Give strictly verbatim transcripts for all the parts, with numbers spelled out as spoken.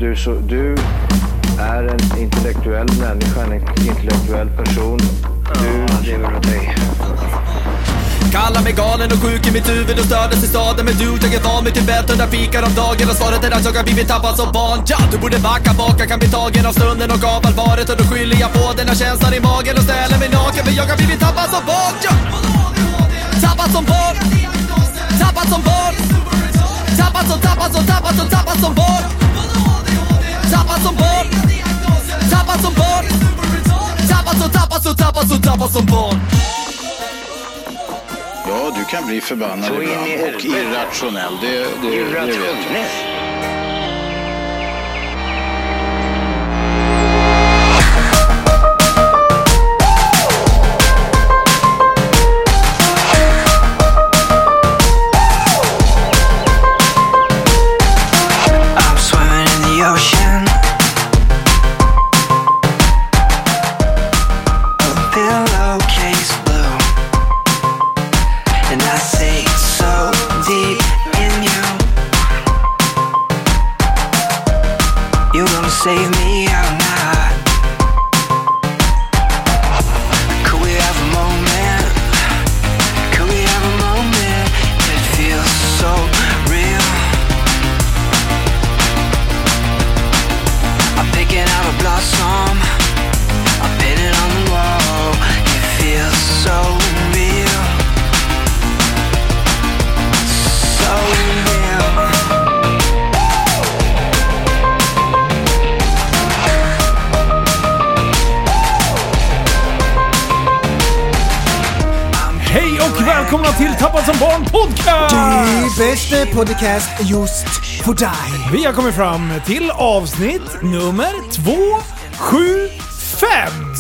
du, så, du är en intellektuell människa, en intellektuell person. Du lever åt dig. Kallar mig galen och sjuk i mitt huvud och stördes i staden. Men du, jag är van vid Tibet under fikar om dagen. Och svaret är att jag har blivit tappad som barn. Ja, du borde backa bak, jag kan bli tagen av stunden och av allvaret. Och då skyller jag på den här känslan i magen och ställer mig naken. För jag har blivit tappad som barn. Ja. Tappad som barn. Tappad som barn. Tappad som, tappad som, tappad som, tappad som barn. Tappad som barn. Tappad som barn. Tappad som, tappad som, tappad som, tappad som barn. Ja, du kan bli förbannad ibland och irrationell. Det, det, det vet jag. Save me or not? Could we have a moment? Could we have a moment that feels so real? I'm picking out a blossom, I'm pinning on the wall. It feels so real, so real. Hej och välkomna till Tappad som barn podcast! Det bästa podcast just för dig. Vi har kommit fram till avsnitt nummer två sju fem.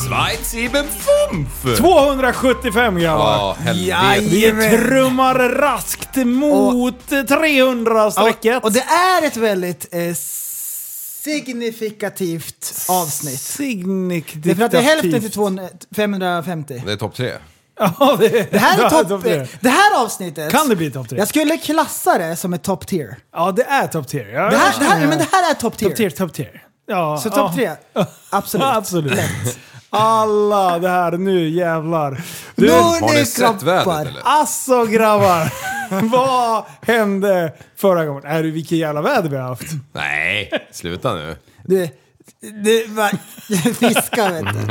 tvåhundrasjuttiofem grabbar. Ja, helvete. Vi trummar raskt mot och, trehundra strecket. Och, och det är ett väldigt eh, signifikativt avsnitt. Signifikativt. Det är för att det är hälften till femhundrafemtio. Det är topp tre. Ja, det, det här är ja, topp tre. Det här avsnittet kan det bli topp tre. Jag skulle klassa det som ett top tier. Ja, det är topp tre. Ja, det, här, det, här, men det här är top tier. Top tier, top tier. Ja, så topp tre. Absolut. Absolut. Lätt. Alla det här nu jävlar. Du, har ni sett vädret eller? Alltså grabbar. Vad hände förra gången? Är det vilken jävla väder vi har haft? Nej, sluta nu. Du Det var fiskar, vet du.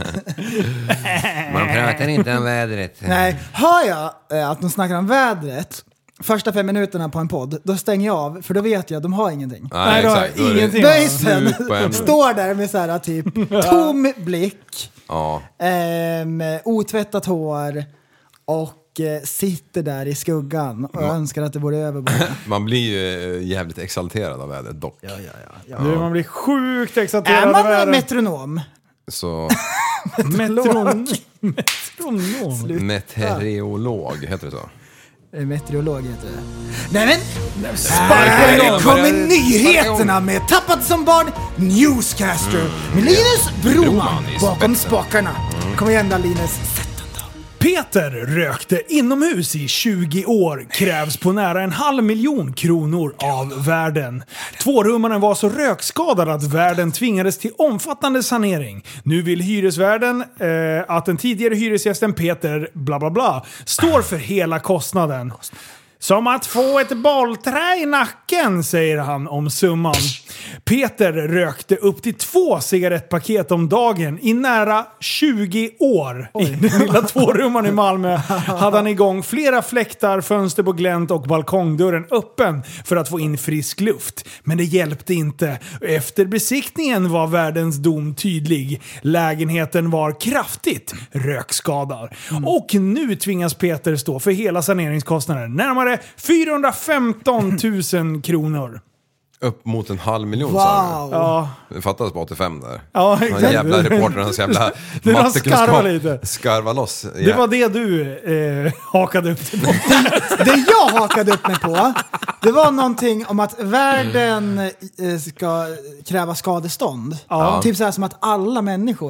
Man pratar inte om vädret. Nej, hör jag eh, att de snackar om vädret första fem minuterna på en podd, då stänger jag av, för då vet jag att de har ingenting. Nej, Nej exakt. Då har ingenting. Böjsen står där med så här typ tom blick, ja. eh, otvättat hår och sitter där i skuggan och ja. önskar att det vore över bara. Man blir ju jävligt exalterad av vädret dock. Ja, ja, ja, ja. Nu, man blir sjukt exalterad. Är man av vädret. metronom? Så metronom. Metronom. Meteorolog heter det så. Meteorolog heter det. Nej men, här kommer nyheterna med Tappad som barn Newscaster mm. med Linus Broman, Broman bakom spakarna. Mm. Kom igen då Linus. Peter rökte inomhus i tjugo år, krävs på nära en halv miljon kronor av värden. Tvårummaren var så rökskadad att värden tvingades till omfattande sanering. Nu vill hyresvärden eh, att den tidigare hyresgästen Peter bla bla bla står för hela kostnaden. Som att få ett bollträ i nacken, säger han om summan. Peter rökte upp till två cigarettpaket om dagen i nära tjugo år. Oj. I den lilla tvårummaren i Malmö hade han igång flera fläktar, fönster på glänt och balkongdörren öppen för att få in frisk luft. Men det hjälpte inte. Efter besiktningen var värdens dom tydlig. Lägenheten var kraftigt rökskadad. Mm. Och nu tvingas Peter stå för hela saneringskostnaden. Närmare fyrahundrafemton tusen kronor. Upp mot en halv miljon. Wow. Ja. Det fattas på åttiofem där. Ja, exakt. Han jävla reportern, hans jävla mattekunskap lite. Skarva loss. Ja. Det var det du eh, hakade upp dig på. det, det jag hakade upp mig på, det var någonting om att världen eh, ska kräva skadestånd. Ja. Typ så här som att alla människor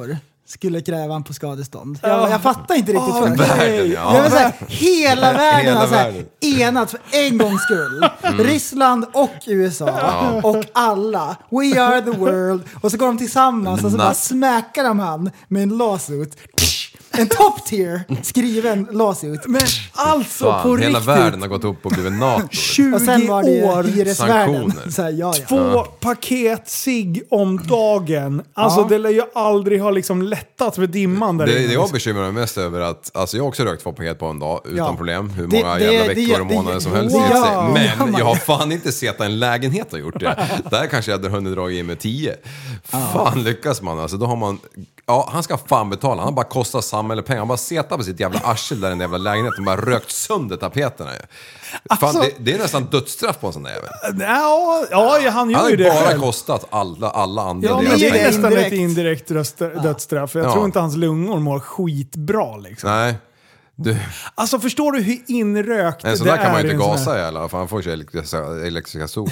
skulle kräva han på skadestånd. Jag, jag fattar inte riktigt Oh, först. Världen, ja. Jag vill säga, hela världen Hela har så här världen. enats för en gångs skull. Mm. Ryssland och U S A och alla. We are the world. Och så går de tillsammans och så Na- bara smäckar de han med en lawsuit. En top tier skriven lawsuit. Men alltså Fan, på hela riktigt. världen har gått upp och blivit NATO. Och sen var det år. ju hyresvärden. Sanktioner. Så här, ja, ja. Två paket cigg om dagen. Alltså Ja. det lär ju aldrig ha liksom lättat för dimman där Det, inne. jag bekymrar mig mest över att, alltså jag har också rökt två paket på en dag utan Ja. problem, hur Det- många det- jävla det- veckor det- och månader det- som helst. ja, i ett sig. ja, Men man- jag har fan inte sett en lägenhet och gjort det. Där kanske jag hade hunnit dra in med tio. Fan lyckas man alltså, då har man, ja han ska fan betala, han bara kostar samhället pengar, han bara setar på sitt jävla arsel där i den jävla lägenheten, bara rökt sönder tapeterna ju. Fan, Alltså- det, det är nästan dödsstraff på en sån där jävel. Ja, ja, han Han gör har ju ju det bara själv. kostat alla, alla andra Ja, men deras det är pengar. nästan Indirekt. ett indirekt röst, dödsstraff. Jag Ja. tror inte hans lungor mår skitbra liksom. Nej, du, Alltså förstår du hur inrökt en sån det där kan är man ju i inte en sån här- gasa i alla fall, han får ju elektriska, elektriska solen.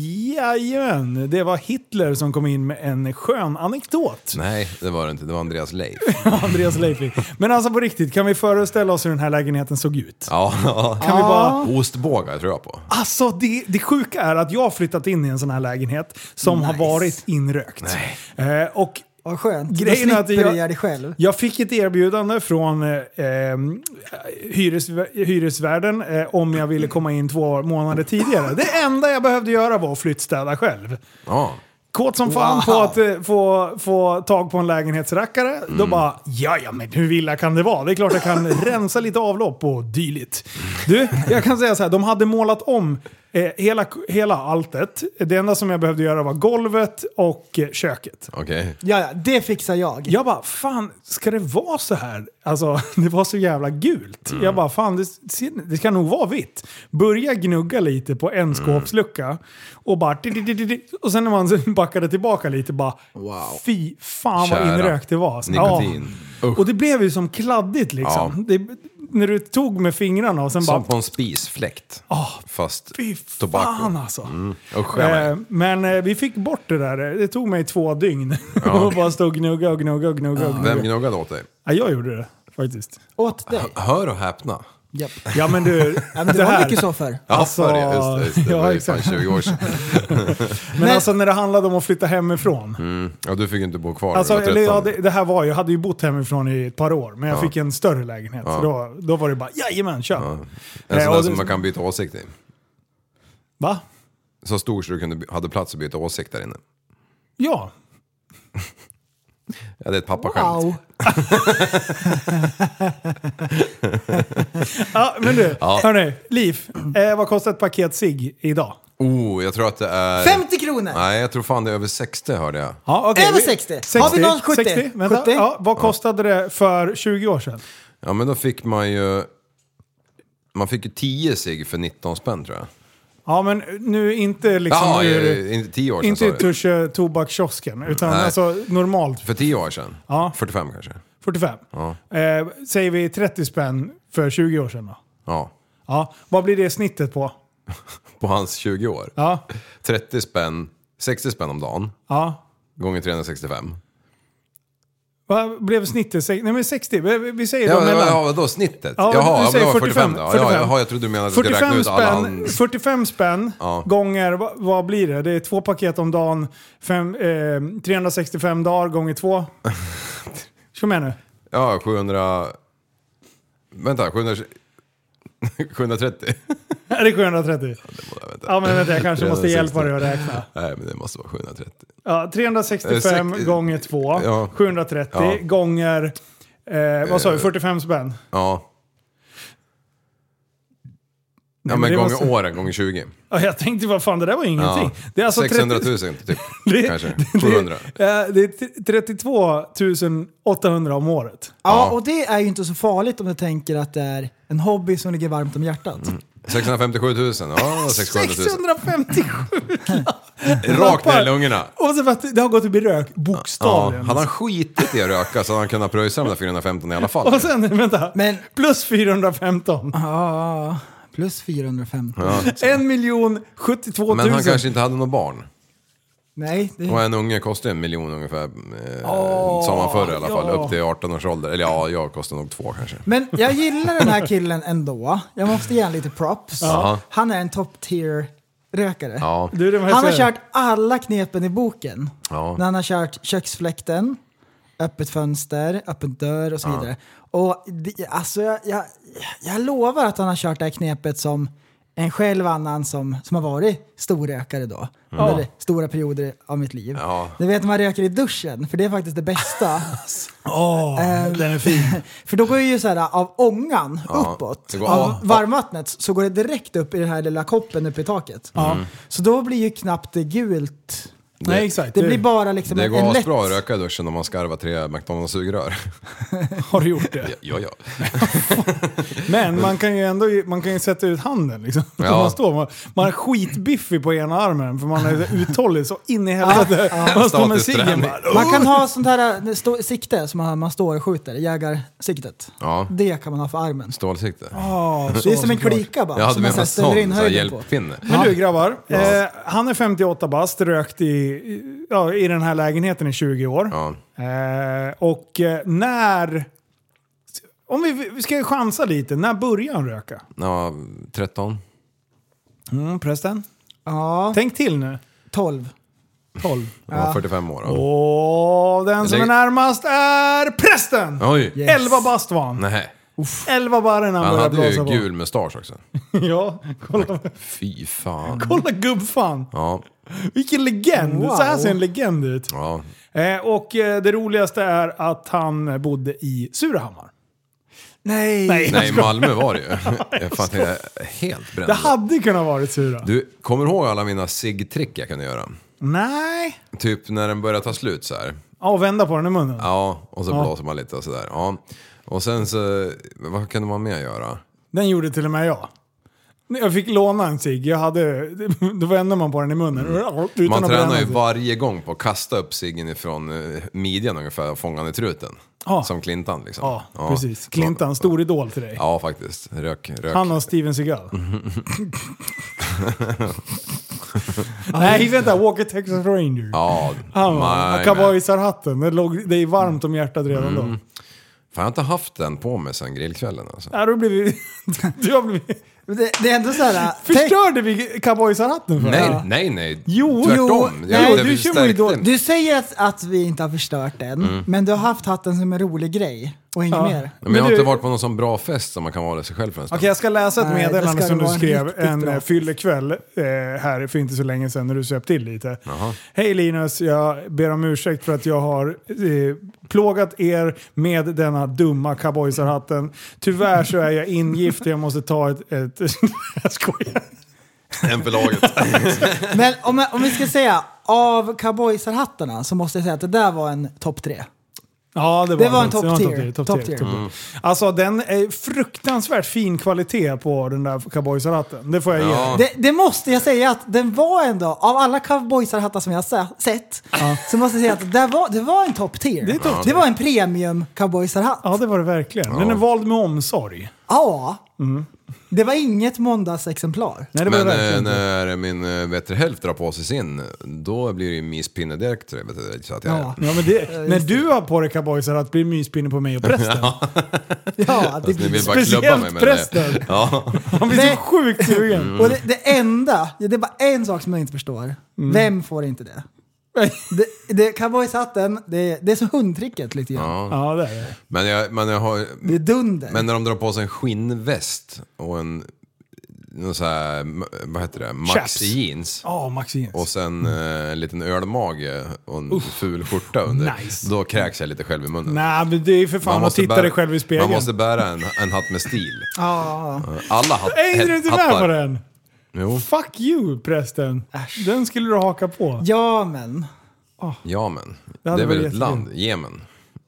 Jajamän, det var Hitler som kom in med en skön anekdot. Nej, det var det inte, det var Andreas Leif. Andreas Leifvik. Men alltså på riktigt, kan vi föreställa oss hur den här lägenheten såg ut? Ja, Kan vi bara... ostbågar tror jag på. Alltså det, det sjuka är att jag har flyttat in i en sån här lägenhet som har varit inrökt. Eh, och Vad skönt. Grejen Då är att slipper jag- du göra det själv. jag fick ett erbjudande från eh, eh, hyres, hyresvärden eh, om jag ville komma in två månader tidigare. Det enda jag behövde göra var att flyttstäda själv. Ja. Kåt som fan Wow. på att eh, få, få tag på en lägenhetsrackare. Då bara, ja ja men hur illa kan det vara? Det är klart jag kan rensa lite avlopp och dylikt. Du, jag kan säga så här, de hade målat om eh, hela, hela alltet. Det enda som jag behövde göra var golvet och eh, köket. Okej. Ja, ja, det fixar jag. Jag bara, fan, ska det vara så här? Alltså, det var så jävla gult. Jag bara, fan, det, det ska nog vara vitt. Börja gnugga lite på en skåpslucka och bara... Och sen när man backade tillbaka lite, bara... Wow. Fy fan vad Kära. inrökt det var. Nikotin. Ja. Usch. Och det blev ju som kladdigt liksom. Det, när du tog med fingrarna och sen Som bara... på en spisfläkt. Ah, Fast Fy tobacco. fan alltså. Mm. Usch, jag med. Eh, men eh, vi fick bort det där. Det tog mig två dygn. och bara stå och gnugga och gnugga och gnugga. Och gnugga. Vem gnuggade åt dig? Ja, jag gjorde det faktiskt. Åt dig. Hör och häpna. Japp. Ja men du, Ja, men det, var mycket så för. Ja, Alltså, för det, just det, just det. ja, det var ju fan exakt. tjugo år sedan. Men, Men- alltså när det handlade om att flytta hemifrån. Mm. Ja, du fick inte bo kvar Alltså, när du var eller, ja, tretton. det, det här var ju, jag hade ju bott hemifrån i ett par år. Men jag Ja. fick en större lägenhet. Ja. Så då, då var det bara, jajamän, kör. Ja. Eh, En sån och där det- som man kan byta åsikt i. Va? Så stor så du kunde, by- hade plats att byta åsikt där inne. Ja. Ja, det är ett pappaskämt. Wow. Ja, men du, Ja. hörni, Liv. Eh, vad kostar ett paket cigg idag? Oh, jag tror att det är... femtio kronor! Nej, jag tror fan det är över sextio hörde jag. Ja, okej, Över vi- sextio. Har vi någon sjuttio? sextio, vänta. sjuttio? Ja, vad kostade det för tjugo år sedan? Ja, men då fick man ju... Man fick ju tio cigg för nitton spänn tror jag. Ja, men nu inte liksom... Ja, ur, inte tio år sedan inte sa du. Tusche tobakskiosken, utan Nej. alltså normalt För tio år sedan? Ja. fyrtiofem kanske? fyrtiofem. Ja. Eh, säger vi trettio spänn för tjugo år sedan då? Ja. Ja, vad blir det snittet på? På hans tjugo år? Ja, trettio spänn, sextio spänn om dagen. ja. Gånger trehundrasextiofem. Vad blev snittet? Sex- Nej men sextio, vi, vi säger Ja, då mellan. ja, vadå snittet? Ja, Jaha, du ja, men det säger var fyrtiofem, fyrtiofem då. Ja, fyrtiofem. jaha, jag trodde du menade att du skulle räkna fyrtiofem ut alla spänn, hans... fyrtiofem spänn Ja. gånger, vad, vad blir det? Det är två paket om dagen, fem, eh, trehundrasextiofem dagar gånger två. Kom med nu. Ja, sjuhundra... Vänta, sjuhundra... sjuhundratrettio? Är det sjuhundratrettio? Ja men vänta, jag kanske måste hjälpa dig att räkna. Nej, men det måste vara sjuhundratrettio. Ja, trehundrasextiofem Eh, sex- gånger två, Ja. sjuhundratrettio Ja. gånger, eh, vad sa vi, fyrtiofem spänn? Ja. Nej, Ja, men men det gånger måste- åren, gånger tjugo. Ja, jag tänkte, vad fan, det där var ingenting. Ja. Det är alltså sexhundratusen typ, det, kanske. det, sjuhundra. det, eh, det är trettiotvå tusen åttahundra om året. Ja, Ja. och det är ju inte så farligt om du tänker att det är en hobby som ligger varmt om hjärtat. sexhundrafemtiosju tusen, ja, sexhundratusen. sexhundrafemtiosju! Rakt ner i lungorna. Och så för att det har gått upp i rök, Ja, bokstavligen. hade han skitit i att röka så hade han kunnat pröjsa de där fyrahundrafemton i alla fall. Och sen, vänta, Men- plus fyrahundrafemton. Ja, plus fyrahundrafemton. Ja. En miljon sjuttiotvå Men han tusen. kanske inte hade något barn. Nej. Det... Och en unge kostar en miljon ungefär. Eh, oh, som man förr i alla fall. ja. Upp till arton års ålder. Eller ja, jag kostar nog två kanske. Men jag gillar den här killen ändå. Jag måste ge han lite props. Ja. Han är en top tier rökare. Ja. Du, han har kört alla knepen i boken. Ja. När han har kört köksfläkten, öppet fönster, öppet dörr och så vidare. Ja. Och det, alltså jag, jag, jag lovar att han har kört det här knepet som en själv annan som, som har varit storrökare då. Mm. Eller stora perioder av mitt liv. Ja. Du vet, man röker i duschen, för det är faktiskt det bästa. Åh, oh, den är fin. För då går ju så här av ångan Ja, uppåt. det går- Av ja. varmvattnet så går det direkt upp i den här lilla koppen uppe i taket. Ja. Så då blir ju knappt det gult. Nej, exakt. Det blir bara liksom Det en, går en lätt... asbra att röka i duschen om man skarvar tre McDonalds-sugrör. Har du gjort det? Ja, ja. Men man kan ju ändå man kan ju sätta ut handen liksom. Ja. Man, står, man, man är skitbiffig på ena armen för man är uthållig så in i helvete. Man står med Statisk ciggen träning. bara. Man kan ha sånt här stå, sikte som man, man står och skjuter, jägarsiktet. Ja. Det kan man ha för armen. Stålsikte. Oh, Det är som en klika bara. Jag hade som man med så mig här ställer in sån, så här höjden på. hjälppinne. Men du grabbar, eh, han är femtioåtta bast, rökt i, i- ja, i den här lägenheten i tjugo år. Ja. Eh, och eh, när... Om vi, vi ska chansa lite, när börjar han röka? Ja, tretton. Mm, prästen? Ja, Tänk till nu. tolv. tolv. Ja, fyrtiofem år. Då. Och den som är Lägg- närmast är prästen! Oj. Yes. elva bast var han. Nej. elva barren han, Han började hade ju blåsa gul mustasch också. på. Ja, kolla, Fy fan. kolla gubbfan. Ja. Vilken legend. Wow. Så här ser en legend ut. Ja. Eh, och eh, det roligaste är att han bodde i Surahammar. Nej. Nej, Nej, Malmö var det ju. Jag fan, jag är helt bränd. det hade kunnat vara Sura. Du, kommer du ihåg alla mina ciggtrick jag kunde göra? Nej. Typ när den börjar ta slut så här. Ja, och vända på den i munnen. Ja, och så Ja. blåser man lite och sådär. Ja. Och sen så, vad kunde man mer göra? Den gjorde till och med jag. Jag fick låna en cigg. Jag hade, då vände man på den i munnen. Utan Man att bränna tränar ju sig. varje gång på att kasta upp ciggen ifrån eh, midjan ungefär och fånga den i truten. Ja. Som Clintan liksom. Ja, precis. Clintan, stor idol till dig. Ja, faktiskt. Rök, rök. Han och Steven Seagal. Nej, vänta. Walker Texas Ranger. Ja, Han var nej, cowboysarhatten. Det, låg, det är varmt om hjärtat redan då. Fan, jag har inte haft den på mig sen grillkvällen alltså. Ja, då blir vi... Du har blivit... Det, det är ändå så här... Förstörde vi cowboysarhatten för? Nej, Ja. nej, nej. Jo, Tvärtom. jo, Jag- nej, det du vill kör ju stärka då- den. Du säger att, att vi inte har förstört den, Mm. men du har haft hatten som en rolig grej och inget Ja. mer. Men jag har Men inte du- varit på någon sån bra fest som man kan vara sig själv för en stund. Okej, jag ska läsa ett Nej, det meddelande ska som du vara en skrev riktigt en bra eh, fyllekväll eh, här för inte så länge sedan när du söp till lite. Jaha. Hej Linus, jag ber om ursäkt för att jag har eh, plågat er med denna dumma cowboysarhatten. Tyvärr så är jag ingift och jag måste ta ett... ett jag skojar. En för laget. Men om, om vi ska säga, av cowboysarhattarna så måste jag säga att det där var en topp tre. Ja, det var, Det var en det top tier. tier, top Top tier, tier. top tier. Alltså den är fruktansvärt fin kvalitet på den där cowboysarhatten. Det får jag ge Ja. dig. Det, det måste jag säga att den var ändå, av alla cowboysarhattar som jag har se- sett, så måste jag säga att det var, det var en top tier. Det är top Det var en premium cowboysarhatt. Ja, det var det verkligen. Den är vald med omsorg. Ja. Det var inget måndagsexemplar. Nej, det var Men det eh, verkligen inte. när min eh, bättre hälft drar på sig sin, då blir det ju myspinne direkt. Vet du, så att jag, Ja. Ja, men det, när du har på dig cowboysarhatt blir det myspinne på mig och prästen. Ja, det Fast ni blir vill bara klubba mig Speciellt med prästen. det. Ja. Han blir Nej. så sjukt sugen. Och det, det enda, det är bara en sak som jag inte förstår. Vem får inte det? Det, det cowboyshatten, det, det är som hundtricket lite grann. Ja. Ja, det är det. Men, jag, men jag har... Det är dunder. Men när de drar på sig en skinnväst och en... Någon så här, vad heter det? Maxi Chaps. jeans. Ja, Max Jens. Och sen eh, en liten ölmage och en ful skjorta under. Nice. Då kräks jag lite själv i munnen. Nej, men det är för fan att titta dig själv i spegeln. Man måste bära en, en hatt med stil. Ja. Alla hatt, Hängde du inte med hattar. på den? Jo, Fuck you, prästen. Den skulle du haka på. Ja, men. ja men. Det Det, hade är väl varit ett jättefint. land, Jemen.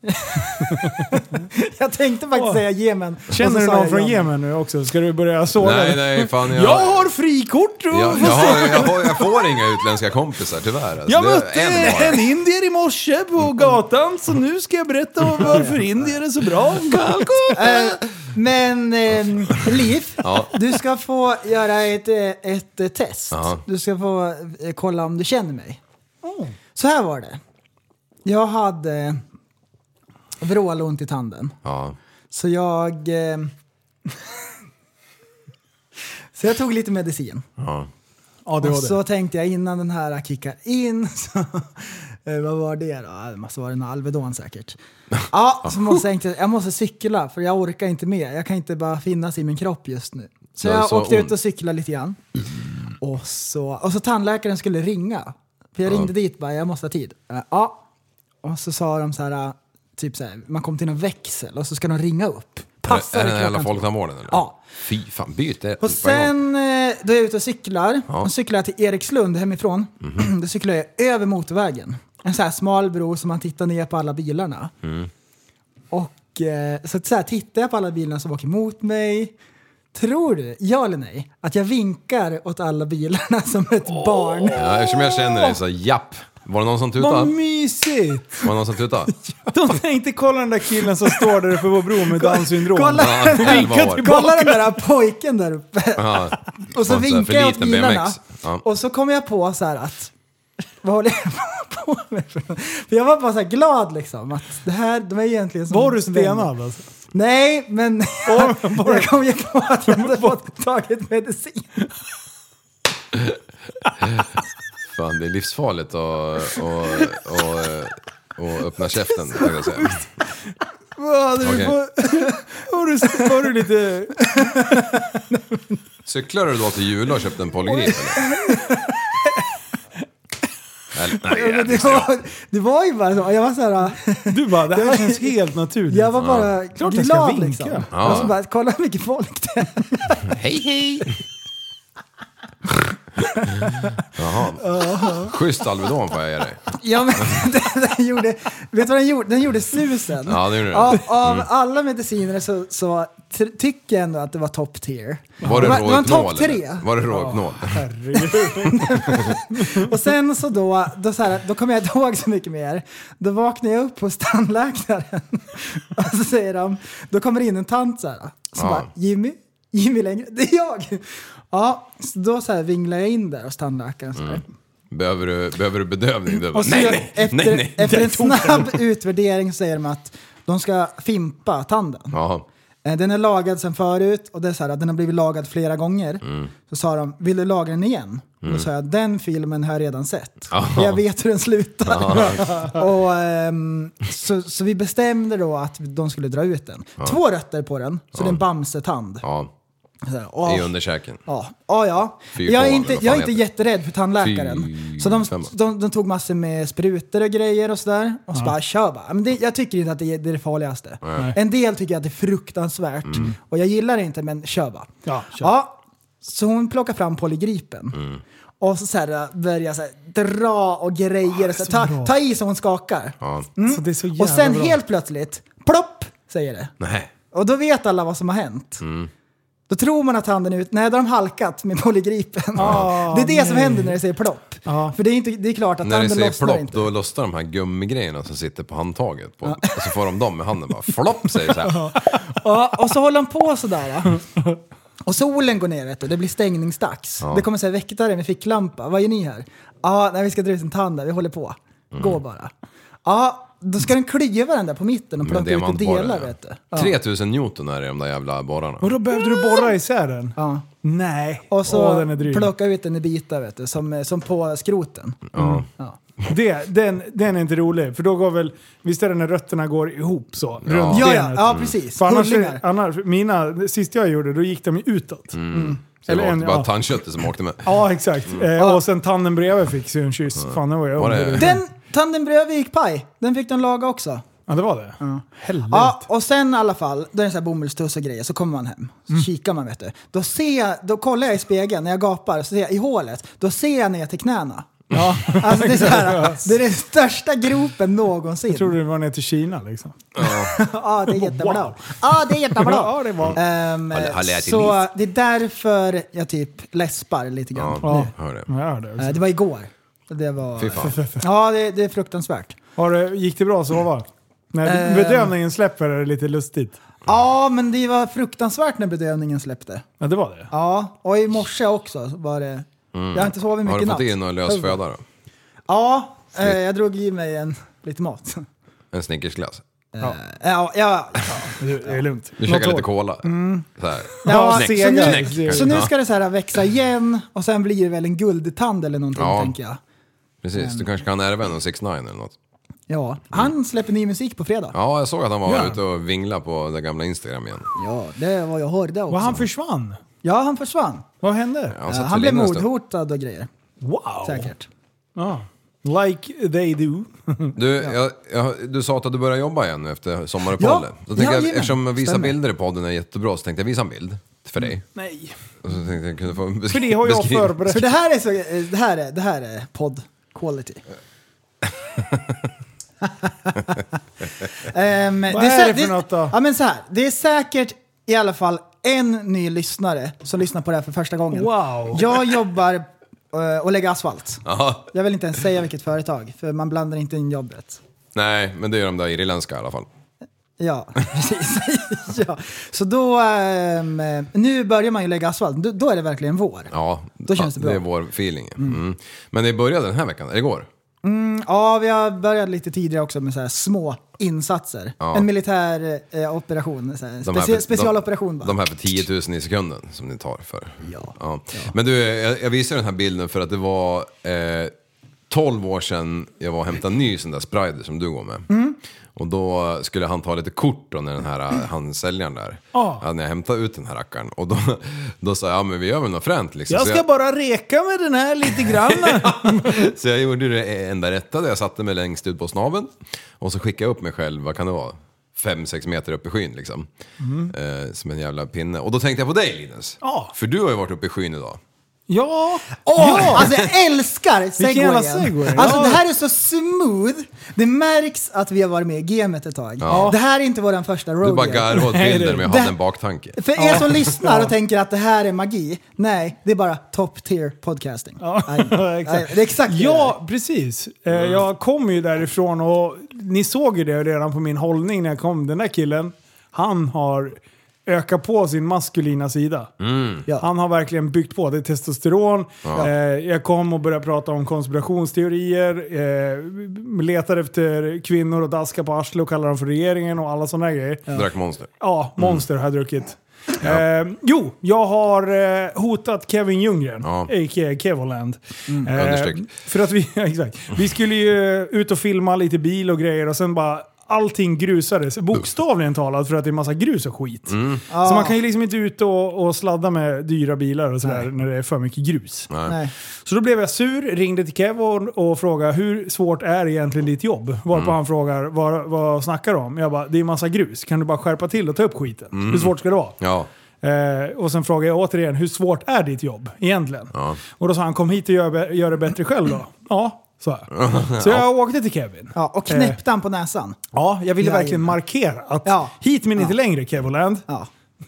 Jag tänkte faktiskt Åh. säga Jemen. Och så Känner du sa någon jag från Jemen. Jemen nu också? Ska du börja såga? Nej, nej, fan jag... Jag har frikort! Och jag, jag, har, jag, har, jag får inga utländska kompisar tyvärr. Alltså, Jag det är mötte en bara. en indier i morse på gatan, så nu ska jag berätta om varför indier är så bra. Eh, men eh, Liv, Ja. du ska få göra ett, eh, ett, eh, test. Ja. Du ska få eh, kolla om du känner mig. Oh. Så här var det. Jag hade vrålont i tanden. Ja. Så jag... Eh, så jag tog lite medicin. Ja. Ja, det var och det. så tänkte jag innan den här kickar in så, eh, vad var det då? Det måste vara en Alvedon säkert. Ja, så måste jag, inte, jag måste cykla för jag orkar inte mer. Jag kan inte bara finnas i min kropp just nu. Så det jag så åkte ont. ut och cyklade lite grann. Och så, och så tandläkaren skulle ringa. För jag Ja. ringde dit bara, jag måste ha tid. Uh, ja. Och så sa de så här, typ så här, man kom till en växel och så ska de ringa upp. Passar Är det det den jävla klockan två? folktandvården eller? Ja. Fy fan, byt det. Och sen eh, då är jag ute och cyklar. Ja. Och cyklar jag till Erikslund hemifrån. Mm-hmm. Då cyklar jag över motorvägen. En så här smal bro som man tittar ner på alla bilarna. Mm. Och eh, så, så här tittar jag på alla bilarna som åker mot mig. Tror du, ja eller nej, att jag vinkar åt alla bilarna som ett oh. barn? Ja, eftersom jag känner dig så japp. Var det någon som tutade? Vad mysigt! Var det någon som tutade? De tänkte kolla den där killen som står där uppe på bron med Downs syndrom. Kolla, Ja, elva år. kolla den där pojken där uppe. Ja. Och så Fan, så här, vinkar jag åt för liten B M X. bilarna. Ja. Och så kom jag på så här att... Vad håller jag på med? För jag var bara så här glad liksom. Att det här, de är egentligen som... Var du stenad alltså? Nej, men jag, jag kom ju på att jag hade fått tagit medicin. Fan, det är livsfarligt att och, och, och öppna käften, kan jag säga. Vad hade du Okej. på... Var du, var du lite... Cyklar du då till Jula och köpte en Polygrip eller? Eller, nej, Ja, men det, var, det var ju bara så. Jag var så här... Du bara, det här känns helt naturligt. Jag var bara Klart jag ska glad vinka. liksom. Ja. Och så bara, kolla hur mycket folk det är. hej hej! Jaha. Schysst Alvedon får jag ge dig. Ja, men den, den gjorde... Vet du vad den gjorde? Den gjorde susen. Ja, det gjorde den. Av, av Mm. alla mediciner så, så t- tycker jag ändå att det var top tier. Var det Det var- det var en Rohypnol? topp tre. eller? Var det Rohypnol? Och sen så då, då, så här, då kommer jag inte ihåg så mycket mer. Då vaknar jag upp hos tandläkaren. Och så säger de, då kommer in en tant så här. Så Ja. bara, Jimmy? Jimmy längre? Det är jag! Ja, så då så här vinglar jag in där hos tandläkaren. Så här. Behöver du, behöver du bedövning? Du bara, Och så nej, nej, efter, nej, nej. efter en snabb utvärdering säger de att de ska fimpa tanden. Jaha. Eh, Den är lagad sedan förut och det är så här, att den har blivit lagad flera gånger. Så sa de, vill du laga den igen? Och då sa jag, den filmen har jag redan sett. Aha. Och jag vet hur den slutar. och, ehm, så, så vi bestämde då att de skulle dra ut den. Två rötter på den, så det är en bamsetand. Ja, Så här, åh. i underkäken. Ja, ja. ja. Fy Jag är fan, inte, vad jag är fan inte heter jätterädd för tandläkaren. Fy Så de, femma. de, de tog massor med sprutor och grejer och sådär. Och så bara, kör bara. Men det, jag tycker inte att det är det, är det farligaste. Nej. En del tycker att det är fruktansvärt. Och jag gillar det inte, men kör bara. Ja, kör. Ja, så hon plockar fram polygripen. Och så, så här, börjar så här, dra och grejer. så så här, bra. ta, ta i så hon skakar. Ja. Så det är så jävla Och sen bra. helt plötsligt, plopp, säger det. Nej. Och då vet alla vad som har hänt. Då tror man att handen är ut. Nej, då har de halkat med polygripen. Ah, det är det som nej. händer när det säger plopp. Ja. För det är, inte, det är klart att När det handen säger lossnar plopp, inte. då lossnar de här gummigrejerna som sitter på handtaget. På, och så får de dem med handen bara, flopp säger så här. Ja, och så håller de på sådär. Och solen går ner, vet du. Det blir stängningsdags. Det kommer säga väktare med ficklampa. Vad gör ni här? Ja, när vi ska dra ut en tand där. Vi håller på. Gå bara. Ja, då ska den klyva den där på mitten och Med plocka ut i diamantborrar, delar, ja. vet du. Ja. tre tusen newton är det de där jävla borrarna. Och då behövde du borra isär den? Ja. Nej. Och så Åh, den är dryg. plocka ut den i bitar, vet du. Som, som på skroten. Ja. Ja. Det, den, den är inte rolig. För då går väl... Visst är det när rötterna går ihop så? Runt Ja, ja, benet. ja, precis. För annars, Hullingar. annars, mina, det sista jag gjorde, då gick de ju utåt. Mm. Så Eller det var en- bara ja. tandköttet som åkte med. Ja, exakt. Eh, och sen tanden bredvid fick sig en kyss. Fan, det var jag. Var det- Den tanden bredvid gick paj. Den fick den laga också. Ja, det var det. Ja. Helvete. Ja, och sen i alla fall, då är det så här bomullstuss och grejer, så kommer man hem. Så Mm. kikar man, vet du. Då, ser jag, då kollar jag i spegeln när jag gapar, så ser jag i hålet. Då ser jag ner till knäna. Ja. Alltså det är så här, det är den största gropen någonsin. Jag trodde det var ner till Kina liksom. Ja, det är jättebra. Wow. Ja, det är jättebra. Ja, det var. Ehm, Har- har lärt dig så det är därför jag typ läspar lite grann. Ja, nu. hör det. Ja, jag hörde Eh, också. Det var igår. Det var... Fy fan. Ja, det, det är fruktansvärt. Har det, gick det bra att sova? När Eh. bedövningen släpper är det lite lustigt. Ja, men det var fruktansvärt när bedövningen släppte. Ja, det var det. Ja, och i morse också var det... Jag har inte sovit Har mycket du natt. fått in någon lös föda då? Ja, Eh, jag drog i mig en, lite mat. En Snickersglass. Ja, ja, ja. Det är lugnt. Du käkar lite cola. Mm. Så här. Ja, Knäck, så, nu, knäck. så nu ska det så här växa igen och sen blir det väl en guldtand eller någonting, Ja. tänker jag. Precis, du kanske kan ärva en sex nio eller något. Ja, han släpper ny musik på fredag. Ja, jag såg att han var Ja. ute och vingla på det gamla Instagram igen. Ja, det var jag hörde också. Vad han försvann? Ja, han försvann. Vad hände? Ja, Uh, han blev mordhotad och grejer. Wow. Säkert. Ja. Like they do. Du, jag, jag, du sa att du börjar jobba igen nu efter sommaruppehållet. Ja. Då tänkte Ja, jag, jajamän. eftersom visa Stämmer. bilder i podden är jättebra, så tänkte jag visa en bild för dig. Nej. Och så tänkte jag kunde få besk- För det har jag beskriva. förberett. För det här är så, det här är, det här är podd quality. um, Vad är det för något då? Ja, men så här, det är säkert i alla fall en ny lyssnare som lyssnar på det här för första gången. Wow. Jag jobbar uh, och lägger asfalt. Ja, Jag vill inte ens säga vilket företag, för man blandar inte in jobbet. nej, men det är de där irländska i alla fall. Ja, precis. Ja. Så då, um, nu börjar man ju lägga asfalt. Då, då är det verkligen vår. Ja, Då känns det bra. det är vår feeling. Mm. Men det började den här veckan, eller igår? Mm, ja, vi har börjat lite tidigare också med så här små insatser. Ja. En militär eh, operation, så här, De här specie- för- specialoperation de, bara. de här för tio tusen i sekunden som ni tar för. Ja. Ja. Men du, jag, jag visade den här bilden för att det var eh, tolv år sedan jag var och hämtade en ny sån där sprider som du går med. Mm. Och då skulle han ta lite kort då när den här, han säljaren där. Ja. Ja, när jag hämtade ut den här rackaren. Och då, då sa jag, ja men vi gör väl något fränt liksom. Jag Så ska bara reka med den här lite grann. Så jag gjorde det enda rätta där jag satte mig längst ut på snaben. Och så skickade jag upp mig själv, vad kan det vara? Fem, sex meter upp i skyn liksom. Mm. Eh, som en jävla pinne. Och då tänkte jag på dig, Linus. Ja. För du har ju varit uppe i skyn idag. Ja. Åh, ja. alltså jag älskar jävla segwayen. segway, Alltså ja. det här är så smooth. Det märks att vi har varit med i gamet ett tag. Ja. Det här är inte våran första Du bara rodeo. garvade åt Nej, bilder det- men jag det- hade en baktanke. För er som lyssnar och tänker att det här är magi, nej, det är bara top tier podcasting. Ja, Nej, nej, exakt. det är exakt det Ja, precis. Eh, Mm. Jag kom ju därifrån och ni såg ju det redan på min hållning när jag kom. Den där killen, han har ökat på sin maskulina sida. Ja. Han har verkligen byggt på. Det är testosteron. Eh, jag kom och började prata om konspirationsteorier. Eh, letade efter kvinnor och daska på arslet och kallade dem för regeringen och alla sådana grejer. Drack Monster. Ja, Monster har jag druckit. Eh, jo, jag har eh, hotat Kevin Ljunggren, Ja. a k a. Kevoland. Eh, Understryck. för att vi, exakt. Vi skulle ju ut och filma lite bil och grejer och sen bara allting grusades, bokstavligen talat, för att det är massa grus och skit. Mm. Så man kan ju liksom inte ut och, och sladda med dyra bilar och sådär när det är för mycket grus. Nej. Nej. Så då blev jag sur, ringde till Kev och, och frågade hur svårt är egentligen ditt jobb? Varpå Mm. han frågar vad, vad snackar du om? Jag bara, det är massa grus. Kan du bara skärpa till och ta upp skiten? Mm. Hur svårt ska det vara? Ja. Eh, och sen frågade jag återigen, hur svårt är ditt jobb egentligen? Ja. Och då sa han, kom hit och gör, be- gör det bättre själv då. Ja, så här. Så jag åkte till Kevin. Ja, och knäppte han på näsan. Ja, jag ville Jajamän. verkligen markera att Ja. hit men inte längre Kevoland. Ja.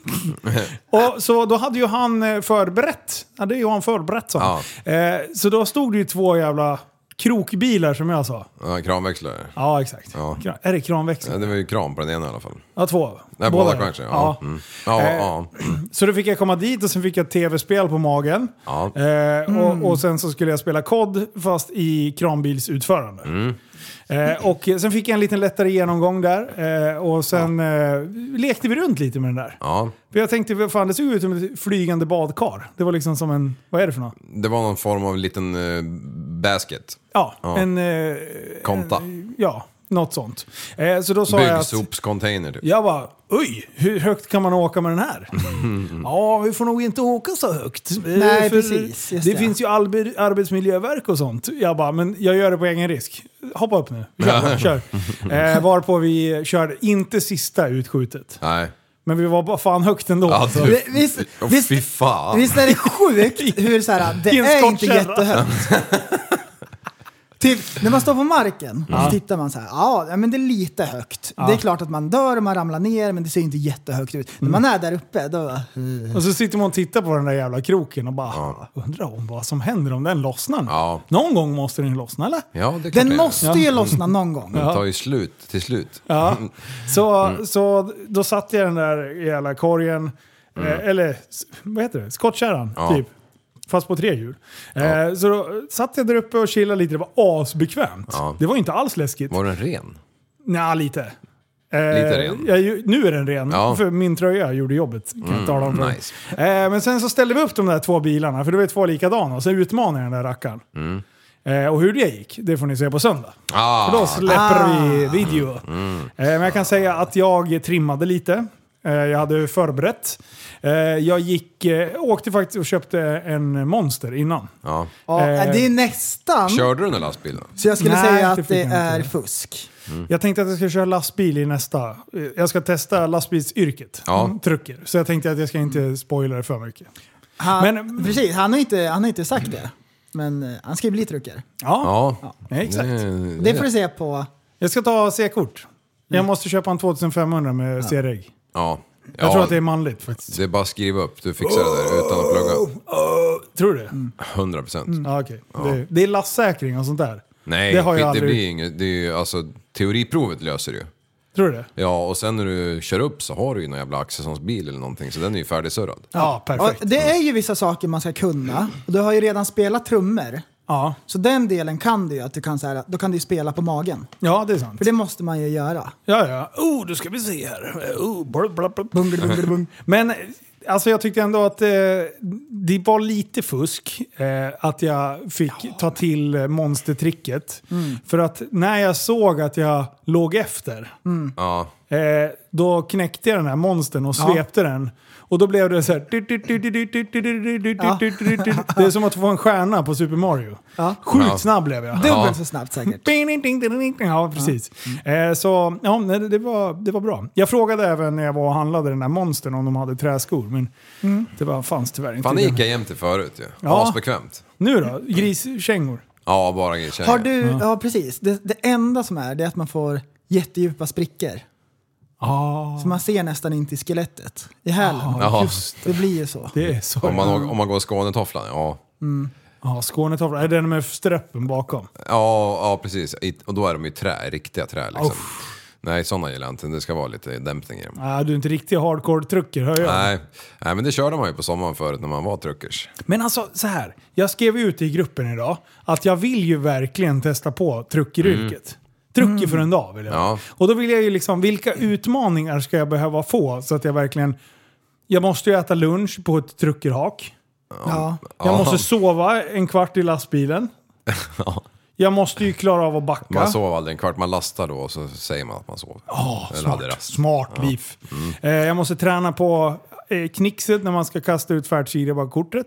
Och så då hade ju han eh, förberett. Ja, det är ju han förberett, sa han. Eh, så då stod det ju två jävla krokbilar som jag sa. Ja, kranväxlare. Ja, exakt. Ja. Kran- Är det kranväxel? Ja, det var ju kran på den ena i alla fall. Ja, två. Nej, båda kanske. Ja. Ja. Mm. Ja, Eh, ja. Så då fick jag komma dit och sen fick jag ett tv-spel på magen. Ja. Eh, och, och sen så skulle jag spela kod fast i kranbilsutförande. Mm. Eh, och sen fick jag en liten lättare genomgång där. Eh, och sen eh, lekte vi runt lite med den där. Ja. För jag tänkte, vad fan, det såg ut som ett flygande badkar. Det var liksom som en, vad är det för något? Det var någon form av liten eh, basket. Ja, Ja. en... Eh, Konta. en- ja, något sånt. Eh, så då sa jag att... Byggsopscontainer typ. Jag bara, oj, hur högt kan man åka med den här? Ja, vi får nog inte åka så högt. Nej, För precis, just Det det. finns ju albe- arbetsmiljöverk och sånt. Jag bara, men jag gör det på egen risk. Hoppa upp nu, kör. kör. Eh, varpå vi körde, inte sista utskjutet. Nej. Men vi var bara fan högt ändå. Ja, så. du. Visst, Åh, visst, fy fan. visst är det sjukt hur så här, det I en är inte skottkärra. jättehögt. Typ, när man står på marken så tittar man så här, ja ja, men det är lite högt. Det är klart att man dör och man ramlar ner, men det ser inte jättehögt ut. När man är där uppe, då... Och så sitter man och tittar på den där jävla kroken och bara, undrar om vad som händer om den lossnar. Ja. Någon gång måste den lossna, eller? Ja, det är klart Den det är. måste ju lossna någon gång. Den tar ju slut till slut. Ja, så, så då satte jag den där jävla korgen, eh, eller s- vad heter det? Skottkärran, Ja. typ. fast på tre hjul. Ja. Eh, så då satt jag där uppe och chillade lite, det var asbekvämt. Ja. Det var inte alls läskigt. Var den ren? Nej, lite. Eh, lite ren? Jag, nu är den ren, ja. För min tröja gjorde jobbet. Kan mm, tala om för. Nice. Eh, men sen så ställde vi upp de där två bilarna, för det var två likadana, och sen utmanade jag den där rackaren. Mm. Eh, och hur det gick, det får ni se på söndag. Ah. För då släpper ah. vi video. Mm. Eh, men jag kan säga att jag trimmade lite. Eh, jag hade förberett. Eh, jag gick, eh, åkte faktiskt och köpte en Monster innan. Ja. Ja, eh, det är nästan... Körde du den lastbilen? Så jag skulle Nej, säga att det, det är fusk. Mm. Jag tänkte att jag ska köra lastbil i nästa. Jag ska testa lastbilsyrket. Ja. Mm, trucker. Så jag tänkte att jag ska inte spoila det för mycket. Han, Men, precis, han har, inte, han har inte sagt det. Men han ska ju bli trucker. Ja, ja. ja exakt. Det, det får du se på... Jag ska ta C-kort. Jag mm. måste köpa en tjugofemhundra med ja. C-reg. Ja. Jag ja, tror att det är manligt faktiskt. Det är bara att skriva upp. Du fixar det där utan att plugga. Oh, tror du det? Mm. hundra procent. Mm. Ah, okay. ja. det, det är lastsäkring och sånt där. Nej, det, har det, jag aldrig... det blir inget. Det är ju, alltså, teoriprovet löser ju. Tror du det? Ja, och sen när du kör upp så har du ju någon jävla accessonsbil eller någonting. Så den är ju färdigsurrad. Ja, perfekt. Och det är ju vissa saker man ska kunna. Och du har ju redan spelat trummor. Ja. Så den delen kan du ju, att du kan, så här, då kan du spela på magen. Ja, det är sant. För det måste man ju göra. Ja, ja. Oh, då ska vi se här. Oh, blub, blub, blub. Bung, bung, bung, bung. Men alltså jag tyckte ändå att eh, det var lite fusk eh, att jag fick ja. ta till monstertricket. Mm. För att när jag såg att jag låg efter, mm. ja. eh, då knäckte jag den här monstern och svepte ja. den. Och då blev det så här. Ja. Det är som att få en stjärna på Super Mario. Ja. Sjukt ja. snabb blev jag. Dubbelt ja. så snabbt säkert. Ja, precis. Ja. Mm. Så ja, det var, det var bra. Jag frågade även när jag var och handlade den här monstern om de hade träskor. Men mm. det var, fanns tyvärr inte. Fan, det gick jag jämt till förut ju. Ja. Asbekvämt. Nu då? Griskängor? Ja, bara griskängor. Har du, ja, ja precis. Det, det enda som är det är att man får jättedjupa sprickor. Ah. Så man ser nästan inte i skelettet i hälen. Ah, just det. Det blir ju så. Det är så. Om man, om man går Skånetofflan, ja. Mm. Ja, Skånetofflan. Är den med ströppen bakom? Ja, ja, precis. Och då är de ju trä, riktiga trä liksom. Oh. Nej, sådana gillar jag inte. Det ska vara lite dämpning i dem. Nej, du är inte riktigt hardcore-trucker, hör jag. Nej. Nej, men det körde man ju på sommaren förut när man var truckers. Men alltså, så här. Jag skrev ut i gruppen idag att jag vill ju verkligen testa på truckeryrket. Mm. Trucker mm. för en dag vill jag. Ja. Och då vill jag ju liksom, vilka utmaningar ska jag behöva få så att jag verkligen... Jag måste ju äta lunch på ett truckerhak. Ja. Jag måste sova en kvart i lastbilen. Ja. Jag måste ju klara av att backa. Man sover aldrig en kvart, man lastar då och så säger man att man sover. Oh, smart, smart ja. liv. Mm. Eh, jag måste träna på eh, knixet när man ska kasta ut färdskidekortet.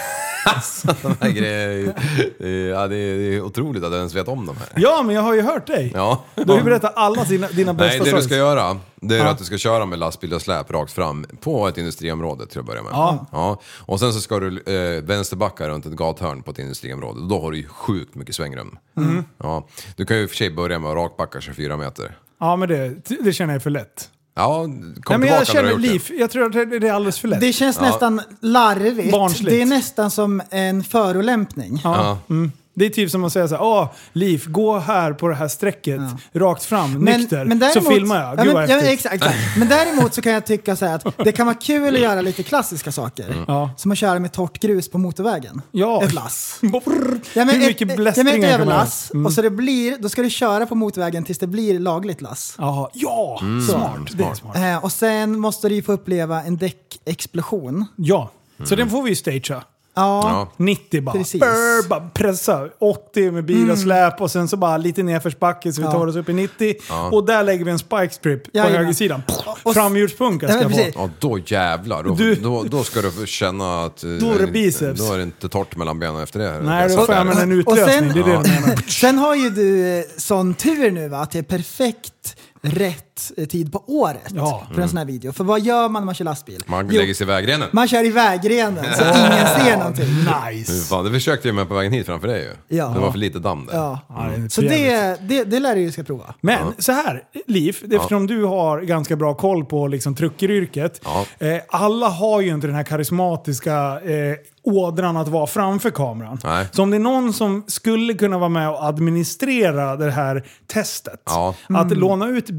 Alltså, de här grejerna, ja, det är otroligt att du ens vet om de här. Ja, men jag har ju hört dig. Ja. Du har ju berättat alla sina, dina bästa saker. Nej, det du ska göra, det är ja. att du ska köra med lastbil och släp rakt fram på ett industriområde till att börja med. Ja. Ja. Och sen så ska du eh, vänsterbacka runt ett gathörn på ett industriområde. Då har du ju sjukt mycket svängrum. Mm. Ja. Du kan ju för sig börja med att rakbacka tjugofyra meter. Ja, men det, det känner jag är för lätt. Ja, kom Nej, men tillbaka jag känner när du liv. Jag tror att det är alldeles för lätt. Det känns ja. nästan larvigt. Barnsligt. Det är nästan som en förolämpning. Ja. Ja. Mm. Det är typ som att säga så här: åh, Liv, gå här på det här strecket, ja. rakt fram, men, nykter, men däremot, så filmar jag. Gud, ja, men, ja, exakt, exakt. Men däremot så kan jag tycka så här att det kan vara kul att göra lite klassiska saker. Mm. Ja. Som att köra med torrt grus på motorvägen. Ja. Ett lass. Ja, men Hur mycket blästringar kan man göra? Mm. Och så det blir, då ska du köra på motorvägen tills det blir lagligt lass. Aha. Ja, mm. smart. Det är smart. Eh, och sen måste du få uppleva en däckexplosion. Ja, mm. så den får vi ju stagea. Ja, nittio bara. Precis. Brr, bara pressa. åttio med bil och släp och sen så bara lite nerförsbacke så vi tar oss upp i nittio. Ja. Och där lägger vi en spike strip på ja, högersidan. Framhjulspunka ska ja, vara. Ja, då jävlar. Då, du, då, då ska du känna att... Då är det biceps. Då är det inte torrt mellan benen efter det. Nej, då får jag använda en utlösning. Sen, det är det ja. jag menar. Sen har ju du sån tur nu va, att det är perfekt rätt tid på året ja. för en sån här video. För vad gör man när man kör lastbil? Man jo, lägger sig i vägrenen. Man kör i vägrenen så ingen ser någonting. Nice. Fan, det försökte jag med på vägen hit framför dig ju. Ja. Det var för lite damm där. Ja. Ja, det så det, det, det lär du ju ska prova. Men ja. så här, Liv, eftersom ja. du har ganska bra koll på liksom truckeryrket. Ja. Eh, alla har ju inte den här karismatiska eh, ådran att vara framför kameran. Nej. Så om det är någon som skulle kunna vara med och administrera det här testet. Ja. Mm. Att låna ut bil och släp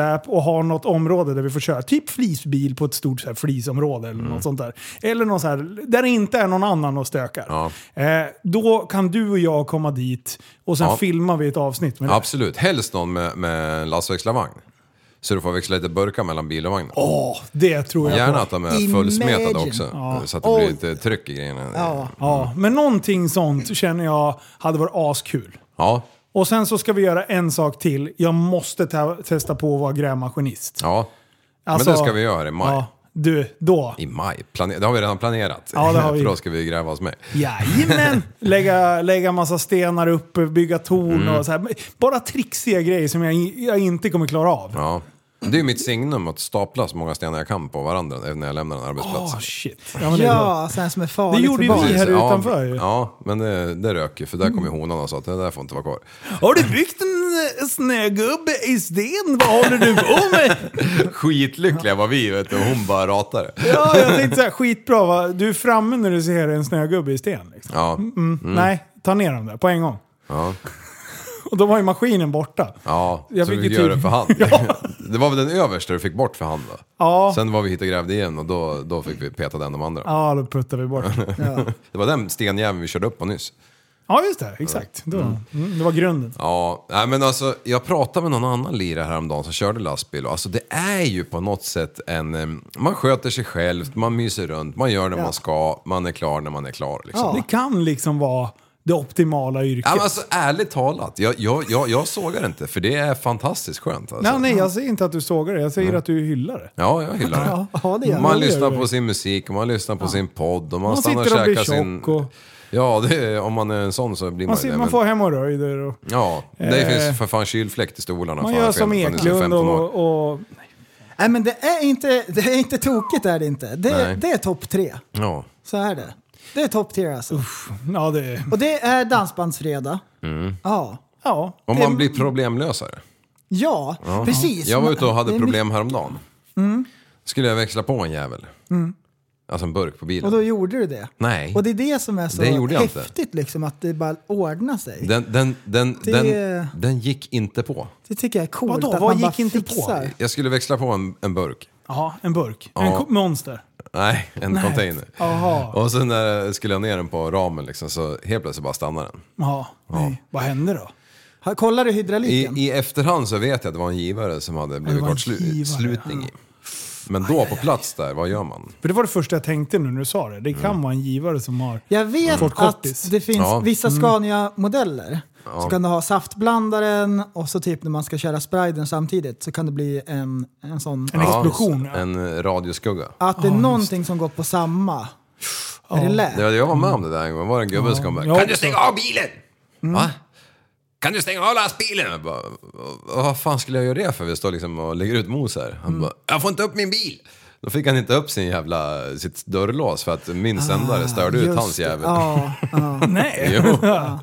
släp och har något område där vi får köra. Typ flisbil på ett stort så här, flisområde eller mm. något sånt där. Eller något så här, där det inte är någon annan och stökar. Ja. Eh, då kan du och jag komma dit och sen ja. filmar vi ett avsnitt med det. Absolut. Helst någon med, med lastväxlarvagn. Så du får växla lite burkar mellan bil och vagn. Åh, det tror jag. Gärna att de är fullsmetade också. Ja. Så att det blir lite tryck i grejerna. Ja. ja, men någonting sånt känner jag hade varit askul. Ja. Och sen så ska vi göra en sak till. Jag måste te- testa på att vara grävmaskinist. Ja, alltså, men det ska vi göra i maj. Ja, du, då. I maj? Plane- det har vi redan planerat. Ja, det har vi. För då ska vi gräva hos mig. Jajamän! lägga, lägga massa stenar upp, bygga torn mm. och så här. Bara trixiga grejer som jag, jag inte kommer klara av. Ja. Det är mitt signum att stapla så många stenar jag kan på varandra när jag lämnar en arbetsplats. Åh, oh, shit. Ja, men det ja sen som är farligt. Det gjorde ju vi här ja, utanför. Ja, ja, men det, det röker. För där kom ju honan och sa att det där får inte vara kvar. Har du byggt en snögubbe i sten? Vad håller du på med? Skitlyckliga var vi, vet du. Och hon bara ratade. Ja, jag tänkte så här, skitbra. Va? Du är framme när du ser en snögubbe i sten. Liksom. Ja. Mm, mm. Nej, ta ner dem där på en gång. Ja. Och då var ju maskinen borta. Ja, jag så vi fick typ... göra det för hand. Ja. Det var väl den översta du fick bort för hand, va? Ja. Sen var vi hit och grävde igen och då, då fick vi peta den de andra. Ja, då puttade vi bort. Ja. Det var den stenjäveln vi körde upp på nyss. Ja, just det. Exakt. Då, mm, det var grunden. Ja, nej, men alltså jag pratade med någon annan lirare häromdagen som körde lastbil. Alltså det är ju på något sätt en... Man sköter sig själv, man myser runt, man gör det ja. man ska, man är klar när man är klar. Liksom. Ja. Det kan liksom vara det optimala yrket. Ja, men alltså ärligt talat, jag, jag, jag, jag sågar inte, för det är fantastiskt skönt. Alltså. Nej, nej, jag säger inte att du sågar det, jag säger mm. att du hyllar det. Ja, jag hyllar det. Ja, ja, det man det lyssnar det. på sin musik, och man lyssnar på ja. sin podd, och man, man stannar och sitter och käkar blir sin... Och... Ja, det är, om man är en sån så blir man, man ser, det. Man får hemorrojder och... Ja, det eh, finns för fan kylfläkt i stolarna. Man fan, gör som Eklund och... och... Nej, men det är inte, det är inte tokigt, är det inte. Det, det är topp tre. Ja. Så är det. Det är topp tier alltså. Uff, ja, det... Och det är dansbandsfredag. Mm. Ja. ja. Om det... man blir problemlösare. Ja, ja. precis. Jag var ute och hade problem häromdagen. Mm. Skulle jag växla på en jävel. Mm. Alltså en burk på bilen. Och då gjorde du det? Nej. Och det är det som är så häftigt liksom, att det bara ordnar sig. Den, den, den, det... den, den gick inte på. Det tycker jag är coolt. Vadå? Att Vad man gick inte fixar. på? Jag skulle växla på en, en burk. Ja, en burk. Ja. En monster. Nej, en Nej. container. Aha. Och sen när jag skulle ner den på ramen liksom, så helt plötsligt bara stannade den. Ja, nej. Vad hände då? Kollar du hydrauliken? I, I efterhand så vet jag att det var en givare som hade blivit kort slu- slutning i. Men då på plats där, vad gör man? För det var det första jag tänkte nu när du sa det. Det kan mm. vara en givare som har Jag vet fått kortis. att det finns ja. vissa Scania-modeller. Ja. Så kan du ha saftblandaren och så typ när man ska köra sprayden samtidigt så kan det bli en, en sån... En explosion. Ja, en radioskugga. Att det är ja, någonting som går på samma. Ja. Är det lätt? Ja, jag var med om det där en gång. Var det en gubbe som kom. Kan du stänga av bilen? Mm. Va? Kan du stänga av lastbilen? Jag bara, vad fan skulle jag göra det för? Vi står liksom och lägger ut mos här. Han mm. bara, jag får inte upp min bil. Då fick han inte upp sin jävla, sitt dörrlås för att min sändare störde ut hans jävel. Ja, ja. Nej. Jo.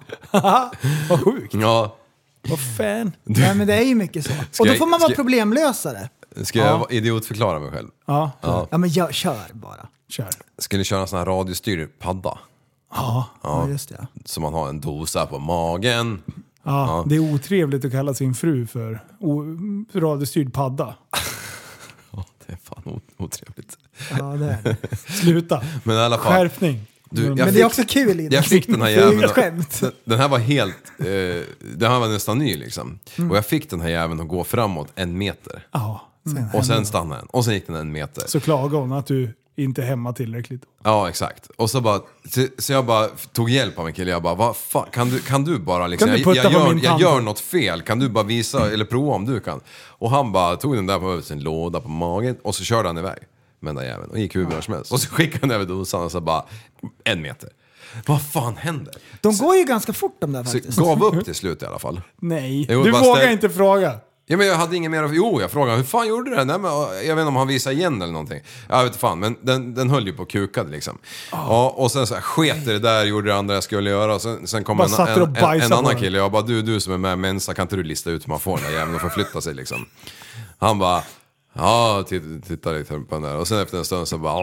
Vad sjukt. Ja. Vad fan. Nej, men det är ju mycket så. Ska och då jag- får man vara ska- problemlösare. Ska jag idiotförklara mig själv? Ja, Ja. Ja, men jag kör bara. kör. Skulle köra en sån här radiostyrd padda. Ja. Ja, just det. Så man har en dosa på magen. Ja, det är otrevligt att kalla sin fru för o- radiostyrd padda. Ja, det är fan o- otrevligt. Ja, det är det. Sluta. Men i alla fall. Skärpning. Du, jag Men det fick- är också kul i det. Jag fick den här Det är jäveln. inget skämt. Den, den här var helt... Eh, den här var nästan ny liksom. Mm. Och jag fick den här jäveln att gå framåt en meter. Ja, sen, Och sen stannade den. Och sen gick den en meter. så klagade hon att du inte är hemma tillräckligt. Ja, exakt. Och så bara... Så, så jag bara tog hjälp av en kille. Jag bara, vad fan, kan du, kan du bara liksom... Kan du jag, putta jag, på gör, min jag tand? gör något fel. Kan du bara visa eller prova om du kan? Och han bara tog den där på sin låda på magen. Och så körde han iväg med den där jäveln. Och gick hur bra som helst. Och så skickade han över dosan och så bara... En meter. Vad fan händer? De går ju ganska fort de där Så faktiskt. gav upp till slut i alla fall. Nej, Jo, du bara vågar ställ- inte fråga. Ja, men jag hade ingen mer att... Jo, jag frågade, hur fan gjorde du det? Nej, men, jag vet inte om han visade igen eller någonting. Jag vet inte fan, men den, den höll ju på kukad liksom. Oh. Ja, och sen så här, sket i det där, gjorde det andra jag skulle göra. Och sen, sen kom Bara en, satt du och en, en, bajsade en på annan den. kille. Jag bara, du, du som är med i Mensa, kan inte du lista ut hur man får den där jäveln och förflytta sig liksom? Han bara... Ja, titta, titta lite på den där. Och sen efter en stund så bara...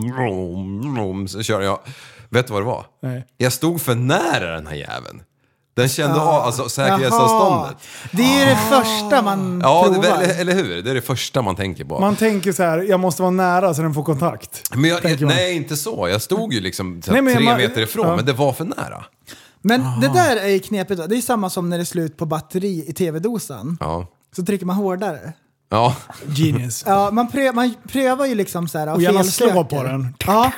Så kör jag... Vet du vad det var? Nej. Jag stod för nära den här jäveln. Den kände av alltså, säkerhetsavståndet. Det är det första man Ja, provar. det, eller, eller hur? Det är det första man tänker på. Man tänker så här, jag måste vara nära så den får kontakt. Men jag, tänker man. nej, inte så. Jag stod ju liksom så Nej, men tre man- meter ifrån, ja. men det var för nära. Men det där är ju knepigt. Det är samma som när det är slut på batteri i tv-dosan. Ja. Så trycker man hårdare. Ja. Genius. Ja, man, prö- man prövar ju liksom så här Och gärna felsöker. slå på den. Ja,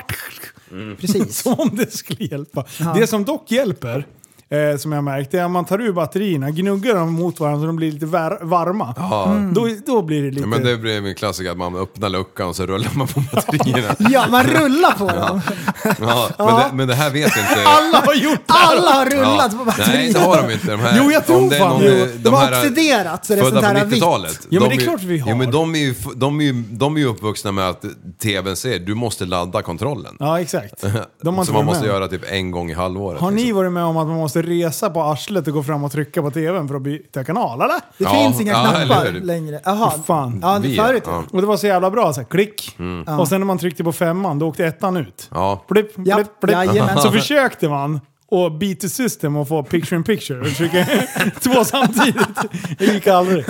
precis. Som om det skulle hjälpa. Det som dock hjälper, eh, som jag märkt, är att man tar ur batterierna, gnuggar dem mot varandra så de blir lite var- varma. Mm. Då, då blir det lite... Ja, men det blir min klassiker att man öppnar luckan och så rullar man på batterierna. Ja, man rullar på dem. Ja, men, det, men det här vet inte... Alla har gjort det! Alla har rullat Ja. på batterierna. Nej, det har de inte. De här, Jo, jag tror om det är fan någon, det. eh, De har oxiderat, så det är sånt födda här på nittiotalet. Ja, men de det är ju- klart vi har. Jo, men de är ju, de är ju, de är ju uppvuxna med att tvn säger du måste ladda kontrollen. Ja, exakt. De har inte Så man varit måste med. göra typ en gång i halvåret. Har ni liksom. varit med om att man måste resa på arslet och gå fram och trycka på tvn för att byta kanal, eller? Det Ja, finns inga ja, knappar eller hur? längre. Jaha. Fy fan. Ja, det Vi, förut. ja. Och det var så jävla bra, så här, klick. Mm. Och sen när man tryckte på femman, då åkte ettan ut. Ja. Blipp, Ja, blipp, blipp. jajamän. Så försökte man och beat the system och få picture in picture och trycka två samtidigt. Det gick aldrig.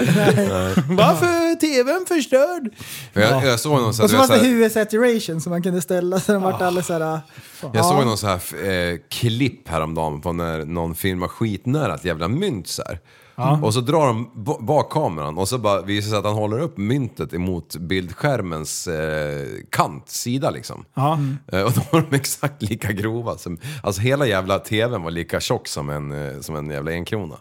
Varför är tvn förstörd? För jag, jag såg någon så Och här, så fanns det så här, huvudsaturation som man kunde ställa så de vart alldeles såhär... jag såg någon så här eh, klipp häromdagen på när någon filmar skitnära ett jävla mynt så här. Och så drar de b- bak kameran och så bara visar sig att han håller upp myntet emot bildskärmens eh, kant, sida liksom. Ja. Eh, och då var de exakt lika grova. Som, alltså hela jävla tvn var lika tjock som en, eh, som en jävla enkrona.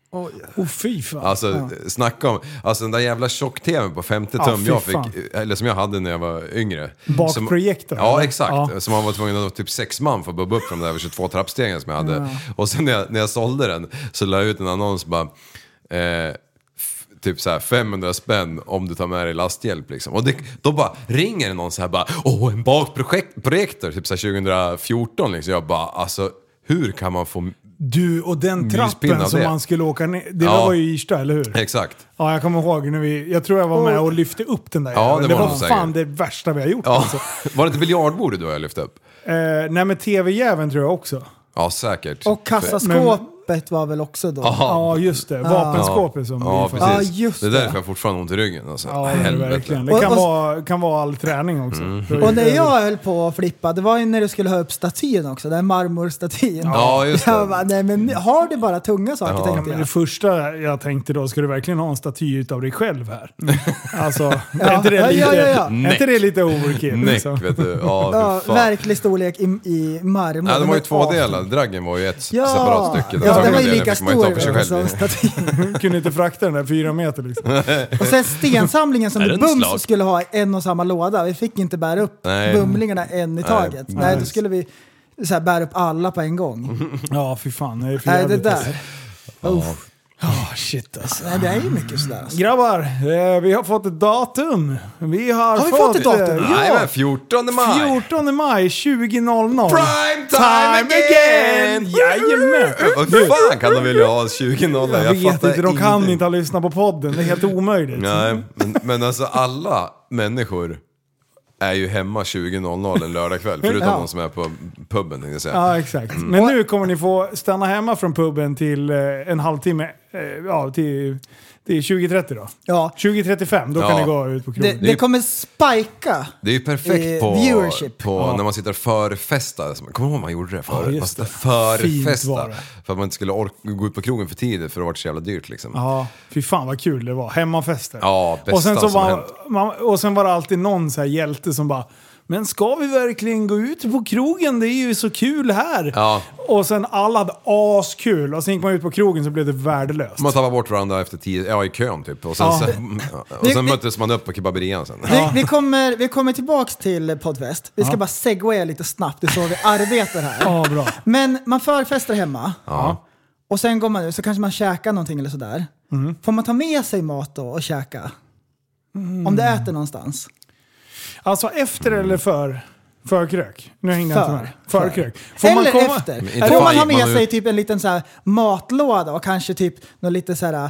Oh, fy fan. Alltså snacka om, alltså den där jävla tjock-tvn på femtio Ja, tum fy jag fick, fan. eller som jag hade när jag var yngre. Bakprojektor, Som, ja, eller? exakt. Ja. Så man var tvungen att typ sex man för att bubba upp från de där tjugotvå trappstegen som jag hade. Och sen när jag, när jag sålde den så la jag ut en annons bara, eh, f- typ så här femhundra spänn om du tar med dig lasthjälp liksom. Och det, då bara ringer det någon så här bara, åh en bakprojektor, typ så här tjugohundrafjorton liksom. Jag bara, alltså hur kan man få... Du, och den Myspinna trappen som det. man skulle åka ner, det Ja. var ju i Irsta, eller hur? Exakt. Ja, jag kommer ihåg när vi, jag tror jag var med och lyfte upp den där Ja, jäveln. det Det var var nog fan säkert. det värsta vi har gjort Ja. alltså. Var det inte biljardbordet du har lyft upp? Eh, nej, men tv-jäveln tror jag också. Ja, säkert. Och kassaskåpet var väl också då. Ja, just det. Vapenskåpet som Ja, vi precis. Ja, just det är det. därför jag fortfarande har ont i ryggen. Alltså. Ja, det är det Helvete. verkligen. Det Och- kan, och- vara, kan vara all träning också. Mm. Då är Och det- när jag höll på att flippa, det var ju när du skulle ha upp statyn också, den marmorstatyn. Ja, just det. Jag bara, nej men har du bara tunga saker Ja, tänkte Men jag. det första jag tänkte då, ska du verkligen ha en staty utav dig själv här? Alltså, är inte det Ja, lite, ja, ja, ja. Är inte det lite overkill? Näck, liksom? vet du. Ja, Ja, fy fan. verklig storlek i, i marmor. Ja, de var ju Den två är delar. Draggen var ju ett Ja, separat stycke. ja Den den var ju delen lika fick man ju ta stor för sig väl, själv. som statyn. Kunde inte frakta den där fyra meter liksom. Och sen stensamlingen som Är du det en slag? bums skulle ha i en och samma låda. Vi fick inte bära upp Nej. bumlingarna en i taget. Nej, Nej. då skulle vi så här, bära upp alla på en gång. Ja, fy fan. Det är för Nej, det jävligt, där. alltså. Oh, shit alltså. Nej, det är ju mycket sådär. Alltså. Grabbar, eh, vi har fått ett datum. Vi har, Har vi fått, fått ett datum? eh, Nej, ja, men fjortonde maj. fjortonde maj tjugo noll noll. Prime time again! Jajamän! Vad fan kan de vilja ha tjugo noll? Jag, vet fattar inte, de kan ingenting. inte ha lyssnat på podden. Det är helt omöjligt. Nej, men, men alltså alla människor är ju hemma tjugo noll noll en lördagkväll. Förutom Ja. de som är på puben, tänkte jag säga. Ja, exakt. Men nu kommer ni få stanna hemma från puben till eh, en halvtimme. Eh, ja, till, till tjugo trettio då. Ja, tjugo trettiofem, då kan Ja. ni gå ut på det, krogen. det kommer spika. Det är ju perfekt Eh, på, viewership. på Ja. när man sitter och förfestar. Kommer du ihåg man gjorde det förr? Ja, man just sitter det. Fint förfesta. var det. För att man inte skulle orka gå ut på krogen för tidigt för det var så jävla dyrt liksom. Ja, fy fan vad kul det var. Hemmafester. Ja, bästa och sen, så som var, hänt. man, och sen var det alltid någon så här hjälte som bara, men ska vi verkligen gå ut på krogen? Det är ju så kul här. Ja. Och sen alla hade askul. Och sen gick man ut på krogen så blev det värdelöst. Man tappade bort varandra efter tio, ja i kön typ. Och sen, Ja. sen, och sen möttes man upp på kebaberian sen. Vi, vi, kommer, vi kommer tillbaks till Podfest. Vi ska bara segwaya lite snabbt, det är så vi arbetar här. Ja, bra. Men man förfestar hemma. Ja. Och sen går man ut så kanske man käkar någonting eller sådär. Mm. Får man ta med sig mat då och käka? Om det äter någonstans. Alltså efter eller för? Förkrök? Nu hängde jag inte med. För. Förkrök. Får Eller man komma- efter. inte Får man fan ha gick med man sig ut. typ en liten så här matlåda och kanske typ något lite så här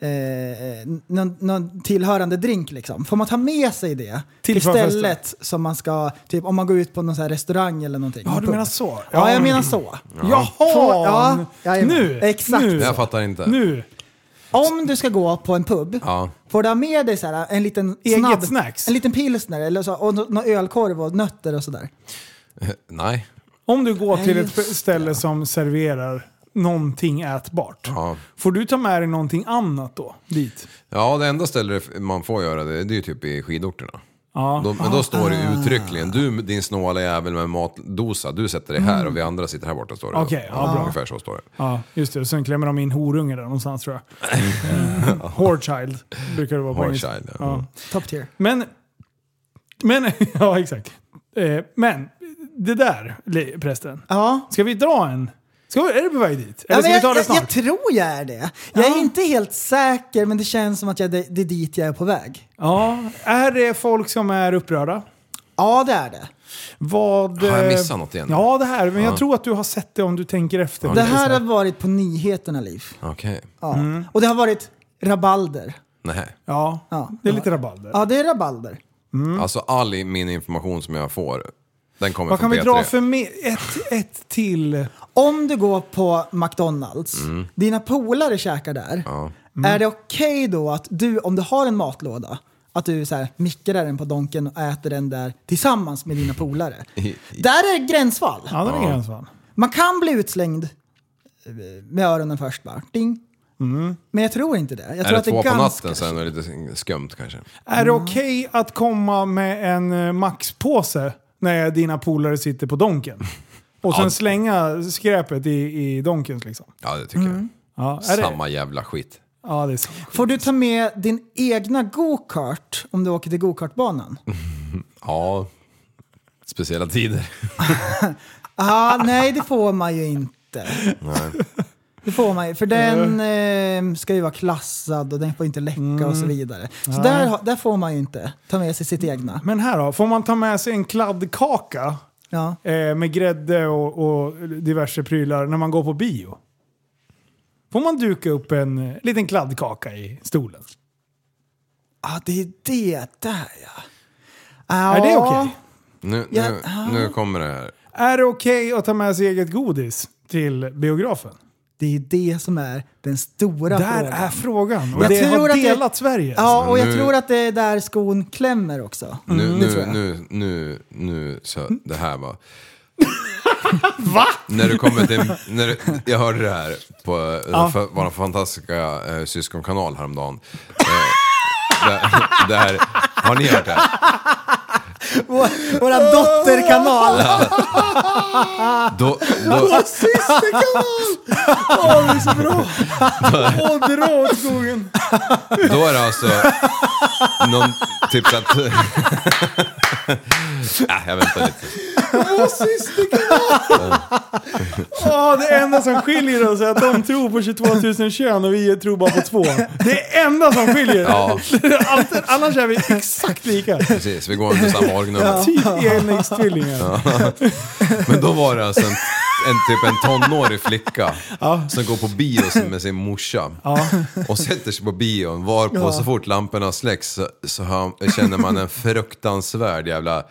eh, någon, någon tillhörande drink liksom. Får man ta med sig det till stället som man ska, typ om man går ut på någon så här restaurang eller någonting? Ja, du menar så? Ja, jag menar så. Jaha! Ja, ja, nu! Exakt. Nu. Jag fattar inte. Nu! Om du ska gå på en pub, Ja. får du ha med dig så här, en liten Eget snabb, snacks. en liten pilsner eller så, och någon ölkorv och nötter och sådär. Nej. Om du går till Nej, ett ställe som serverar någonting ätbart, Ja. får du ta med dig någonting annat då dit? Ja, det enda stället man får göra det, det är ju typ i skidorterna. Ja. Då, men då står det uttryckligen, du din snåla jävel med matdosa, du sätter dig här och vi andra sitter här borta, står det. Okej, ja, bra. Ungefär så står det. Ja, just det. Och sen klämmer de in horunge där någonstans tror jag. Mm. Whorechild brukar det vara på engelska. Whorechild, ja. Ja. Top tier. Men, men, ja exakt. Eh, men, det där, le- prästen. Ja. Ska vi dra en? Ska vi, är du på väg dit? Eller Ja, ska men vi ta jag, det jag, snart? jag tror jag är det. Jag Ja. är inte helt säker, men det känns som att jag, det, det är dit jag är på väg. Ja, är det folk som är upprörda? Ja, det är det. Vad, Har jag eh, missat något igen? Ja, det här. Men Ja. jag tror att du har sett det om du tänker efter. Det här har varit på nyheterna, Liv. Okej. Ja. Och det har varit rabalder. Nej. Ja, Ja. det är lite rabalder. Ja, det är rabalder. Alltså all i- min information som jag får, den kommer Vad från kan vi P tre. dra för me- ett, ett till? Om du går på McDonalds, Mm. dina polare käkar där. Ja. Är det okej då att du, om du har en matlåda, att du så här mikrar den på donken och äter den där tillsammans med dina polare? Där är det gränsfall. Ja, det är gränsfall. Man kan bli utslängd med öronen först bara. Ding. Men jag tror inte det. Jag Är tror det att det två är på ganska... natten så är det lite skumt kanske. Är det okej att komma med en eh, Max-påse när dina polare sitter på donken? Och sen Ja. slänga skräpet i, i donkens liksom? Ja, det tycker Ja, jag. är det? Samma jävla skit. Ja, det är sant. Får du ta med din egna go-kart om du åker till go-kartbanan? Ja, speciella tider. Ah, nej, det får man ju inte. Nej. Det får man ju, för den eh, ska ju vara klassad och den får inte läcka och så vidare. Så där, har- där får man ju inte ta med sig sitt egna. Men här då, får man ta med sig en kladdkaka Ja. eh, med grädde och, och diverse prylar när man går på bio? Får man duka upp en eh, liten kladdkaka i stolen? Ah, det är det där ja. Ah, Är det okej? Nu, Ja, nu, ja. nu kommer det här. Är det okej att ta med sig eget godis till biografen? Det är det som är den stora Där frågan. är frågan. Och Jag det tror har att det- delat Sverige. Ja, och jag Nu- tror att det är där skon klämmer också. Nu, det nu, tror jag. nu, nu, nu, så det här var... Va? När du kommer till... När du, jag hörde det här på ja. för, vår fantastiska eh, syskonkanal häromdagen. Eh, där, där, har ni hört det? Vår, våra dotterkanal. Då, då, Åh, det är så bra! Åh, dra åt skogen! då är det alltså någon typ så att... äh, jag väntar lite. Åh, systerkanal! Åh, det enda som skiljer oss är att de tror på tjugotvåtusen kön och vi tror bara på två. Det är enda som skiljer. Ja. Allt, annars är vi exakt lika. Precis, vi går under samma orgnummer. Typ enäggstvillingar. Men då var det alltså en, en typ en tonårig flicka som går på bio med sin morsa och sätter sig på bion, varpå Ja. så fort lamporna släcks så, så har, känner man en fruktansvärd jävla...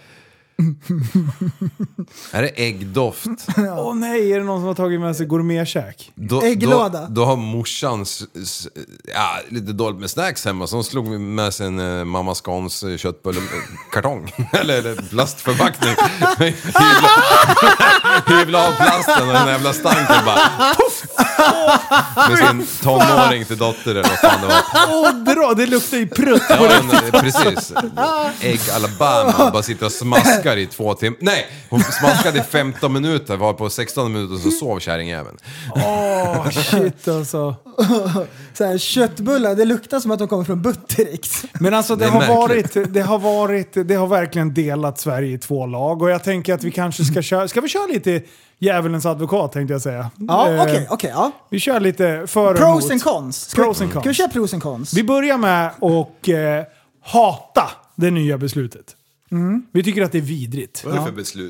Är det äggdoft? Åh nej, är det någon som har tagit med sig gourmetkäk? Då, Ägglåda. Då, då har morsan s, s, ja, lite dåligt med snacks hemma, så hon slog med sin uh, mamma Scans uh, köttbullekartong eller, eller plastförpackning. Hyvla, hyvla av plasten och den jävla stanken bara puff! Med sin tonåring till dotter eller vad fan det var. Åh, dra! Det luktar ju prutt på Ja, det. men, precis. Ägg Alabama, bara sitter och smaskar i två timmar. Nej, hon smaskade i femton minuter, var på sexton minuter så sov kärringjäveln. Åh, shit alltså. Så här, köttbullar, det luktar som att de kommer från Buttericks. Men alltså det, Det är har märkligt. varit, det har varit, det har verkligen delat Sverige i två lag. Och jag tänker att vi kanske ska köra, ska vi köra lite djävulens advokat tänkte jag säga. Ja, Eh, okej, okej, ja. Vi kör lite för och Pros emot. and cons. Ska, Pros and Ska vi cons. köra pros and cons? Vi börjar med att eh, hata det nya beslutet. Vi tycker att det är vidrigt. Vad är det för beslut?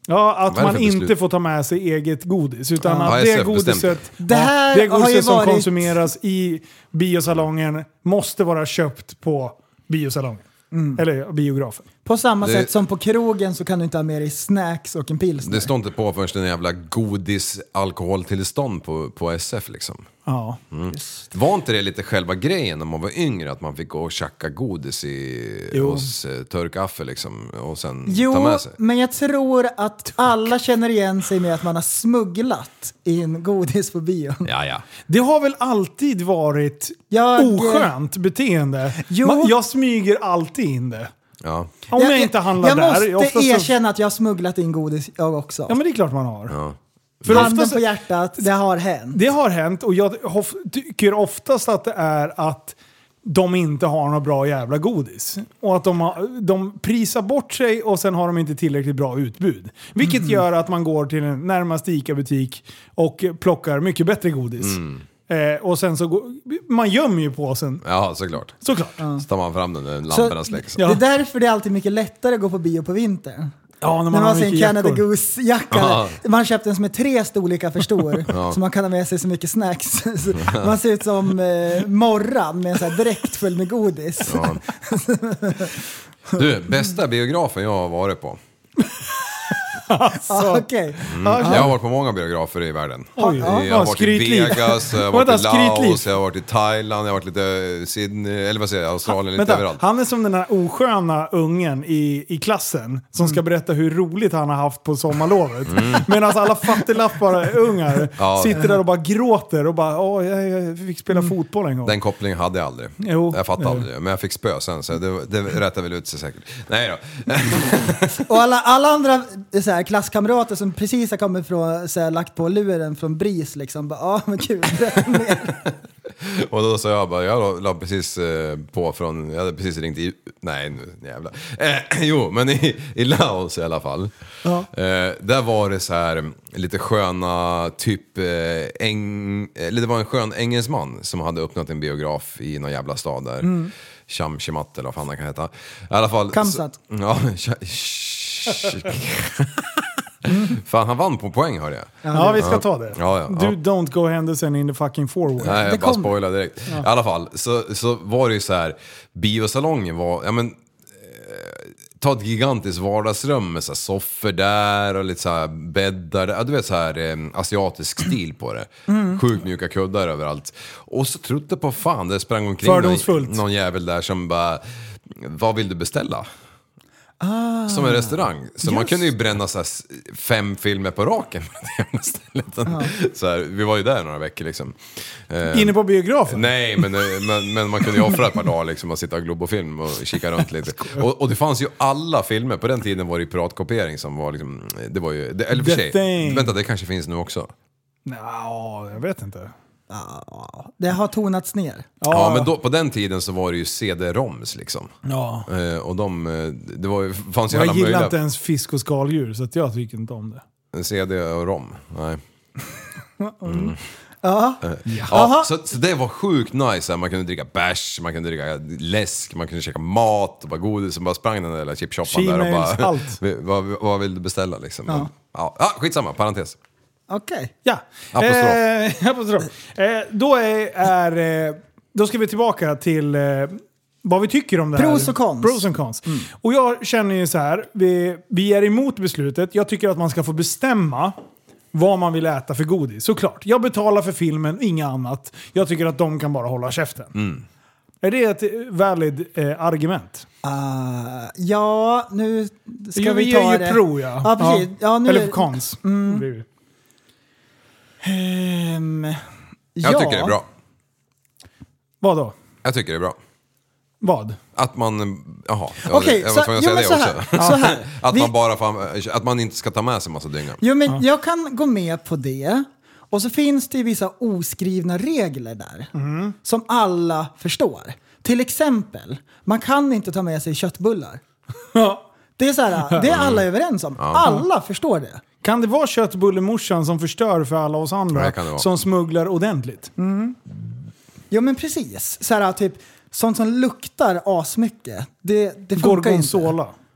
Ja, att man inte beslut? får ta med sig eget godis. Utan Ja. att Ja, det S F godiset, bestämt Det här det har ju godiset som varit... konsumeras i biosalongen måste vara köpt på biosalongen. Eller biografen. På samma Det- sätt som på krogen så kan du inte ha med dig snacks och en pilsner. Det står inte på förrän den jävla godis alkoholtillstånd på, på S F liksom. Ja. Mm. Var inte det lite själva grejen när man var yngre? Att man fick gå och tjacka godis i, Jo. hos eh, Törkaffe liksom, och sen ta Jo, med sig? men jag tror att alla känner igen sig med att man har smugglat in godis på bion. Ja, ja. Det har väl alltid varit Jag- oskönt beteende. Jo. Man, jag smyger alltid in det. Ja. Om jag, inte handlar jag där. måste oftast så- erkänna att jag har smugglat in godis jag också. Ja men det är klart man har. Ja. För Handen oftast, på hjärtat, det har hänt. det har hänt och jag hof- tycker oftast att det är att de inte har något bra jävla godis. Och att de, har, de prisar bort sig och sen har de inte tillräckligt bra utbud. Vilket Mm. gör att man går till en närmaste ICA-butik och plockar mycket bättre godis. Eh, och sen så går, man gömmer ju påsen. Ja, såklart. Såklart. Så tar man fram den när Så, lamporna släcks. Ja. Det är därför det är alltid mycket lättare att gå på bio på vintern. Ja, när man När har man ser en mycket Canada jackor. Goose-jacka. Ja. Man köpte en som är tre storlekar för stor. Så man kan ha med sig så mycket snacks. Så man ser ut som eh, Morran med en sån här dräkt full med godis. Ja. Du, bästa biografen jag har varit på. Ah, okej. Ja, Jag har varit på många biografer i världen. Oj, jag ja, har varit i skrytliv. Vegas, jag har Vänta, varit i skrytliv. Laos, jag har varit i Thailand, jag har varit lite Sydney, eller vad säger jag, Australien, lite Vänta, överallt. han är som den här osköna ungen i, i klassen som ska berätta hur roligt han har haft på sommarlovet. Medan alla fattiglappar ungar Ja. sitter där och bara gråter och bara åh, jag, jag fick spela fotboll en gång. Den kopplingen hade jag aldrig. Jo. Jag fattade aldrig det, men jag fick spö sen så det, det rättade väl ut sig säkert. Nej då. Och alla, alla andra så här, klasskamrater som precis har kommit från, så här, lagt på luren från BRIS liksom. Ja, ah, men kul, berätta mer. Och då sa jag bara, jag la, la precis eh, på från, jag hade precis ringt i, nej nu jävlar. Eh, jo, men i, i Laos i alla fall. Ja. Eh, där var det så här lite sköna, typ, eh, eng, eller det var en skön engelsman som hade öppnat en biograf i någon jävla stad där. Mm. Chamchimat eller vad fan det kan heta. I alla fall. Kamsat. Så, ja, sh- sh- fan, han vann på poäng hörde jag. Ja, vi ska ta det. Ja, ja, Du, ja. don't go Henderson in the fucking forward. Nej, Det jag bara kommer. spoilar direkt. I alla fall, så, så var det ju så här, biosalongen var, ja men, eh, ta ett gigantiskt vardagsrum med så här soffor där och lite så här bäddar, ja, du vet så här eh, asiatisk stil på det. Mm. Sjukt mjuka kuddar överallt. Och så trodde på fan, det sprang omkring någon, Fördomsfullt. någon jävel där som bara, vad vill du beställa? Ah, Som en restaurang. Så man just kunde ju bränna så här s- fem filmer på raken på det jävla stället. Så här, vi var ju där några veckor liksom. Eh, Inne på biografen? Nej, men, eh, men, men man kunde ju offra ett par dagar liksom och sitta och globofilm och kika runt lite. Och, och det fanns ju alla filmer. På den tiden var det ju piratkopiering som var liksom, det var ju, det, eller för The sig, thing. vänta det kanske finns nu också. Nå, jag vet inte. ja, det har tonats ner. Ja, men då, på den tiden så var det ju C D-roms liksom. Ja. Eh, och de, eh, det var ju, fanns ju Jag alla gillar möjliga, inte ens fisk och skaldjur så att jag tycker inte om det. C D och rom, nej. Ja. Ja, så, så det var sjukt nice. Man kunde dricka bärs, man kunde dricka läsk, man kunde käka mat och bara godis. Och bara sprang den där chipshoppan där och She-mails, bara, allt. vad, vad vill du beställa liksom? Ja. Ja. Ja, skitsamma, parentes. Okej. Ja. Apostrof. Eh, apostrof. Eh, då, är, är, eh, då ska vi tillbaka till eh, vad vi tycker om det här. Pros och cons. Pros och cons. Mm. Och jag känner ju så här, vi, vi är emot beslutet. Jag tycker att man ska få bestämma vad man vill äta för godis. Såklart. Jag betalar för filmen, inga annat. Jag tycker att de kan bara hålla käften. Mm. Är det ett valid eh, argument? Uh, ja, nu ska Jo, vi vi ta är ju det. pro, ja. Ja, precis. Ja, nu Eller är- för cons. Mm. blir det. Ehm, Jag ja. tycker det är bra. Vad då? Jag tycker det är bra. Vad? Att man, jaha, ja, Okej, jag så- var tvungen att jo, säga men det så här, också. så här. Att Vi- man bara får, att man inte ska ta med sig massa dynga. Jo, men jag kan gå med på det. Och så finns det ju vissa oskrivna regler där. Som alla förstår. Till exempel, man kan inte ta med sig köttbullar. Ja. Det är så här, det är alla överens om. Alla förstår det. Kan det vara köttbullemorsan som förstör för alla oss andra Ja, det kan det vara. som smugglar ordentligt? Jo, men precis. Så här, typ, sånt som luktar asmycket. Det, det funkar inte. Gorgonzola.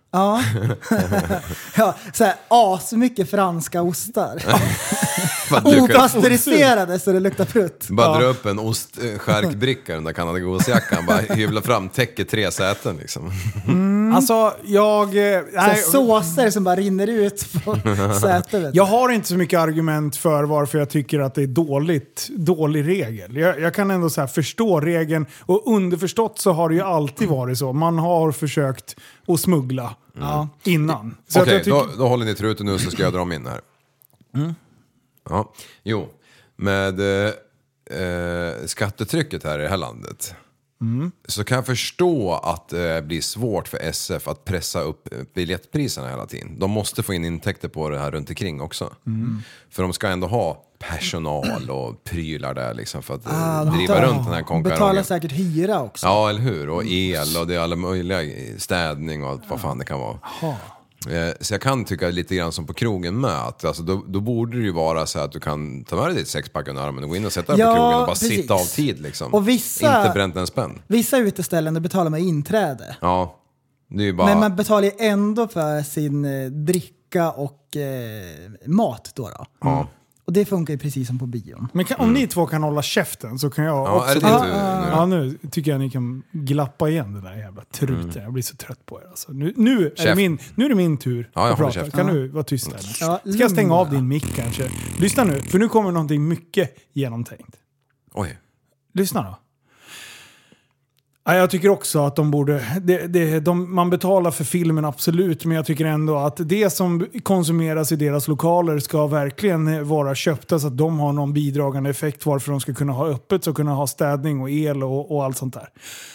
Ja. Ja, så här asmycket franska ostar. Opastöriserade så det luktar prutt. Bara ja. dra upp en ostskärkbricka den där kanadagosjackan. Bara hyvla fram, täcker tre säten liksom. Mm. Alltså, jag... Nej, såser som bara rinner ut på sätet. Jag har inte så mycket argument för varför jag tycker att det är dåligt, dålig regel. Jag, jag kan ändå så här förstå regeln. Och underförstått så har det ju alltid varit så. Man har försökt att smuggla mm. innan. Okej, okay, tycker... då, då håller ni truten nu så ska jag dra min här. Mm. Ja, jo. Med eh, skattetrycket här i det här landet mm. så kan jag förstå att det eh, blir svårt för S F att pressa upp biljettpriserna hela tiden. De måste få in intäkter på det här runt omkring också. Mm. För de ska ändå ha personal och prylar där liksom för att ah, driva tar, runt den här konkurrensen. Betalar säkert hyra också. Ja, eller hur? Och el och det är alla möjliga städning och allt vad fan det kan vara. Aha. Så jag kan tycka lite grann som på krogen med att alltså, då, då borde det ju vara så att du kan ta med dig ditt sexpack under armen och gå in och sätta dig ja, på krogen och bara precis. sitta av tid liksom. Och vissa, inte bränt en spänn. Vissa uteställen där betalar man inträde. Ja, det är ju bara... Men man betalar ju ändå för sin eh, dricka och eh, mat då då. Ja. Och det funkar ju precis som på bion. Men kan, om mm. ni två kan hålla käften så kan jag ja, också... Är det ja, nu? ja, nu tycker jag ni kan glappa igen det där jävla truten. Mm. Jag blir så trött på er. Alltså. Nu, nu, är det min, nu är det min tur ja, att prata. Kan ja. du vara tyst där? Ja, ska jag stänga av din mick kanske? Lyssna nu, för nu kommer någonting mycket genomtänkt. Oj. Lyssna då. Ja, jag tycker också att de borde... Det, det, de, man betalar för filmen absolut, men jag tycker ändå att det som konsumeras i deras lokaler ska verkligen vara köpta så att de har någon bidragande effekt varför de ska kunna ha öppet, så kunna ha städning och el och, och allt sånt där.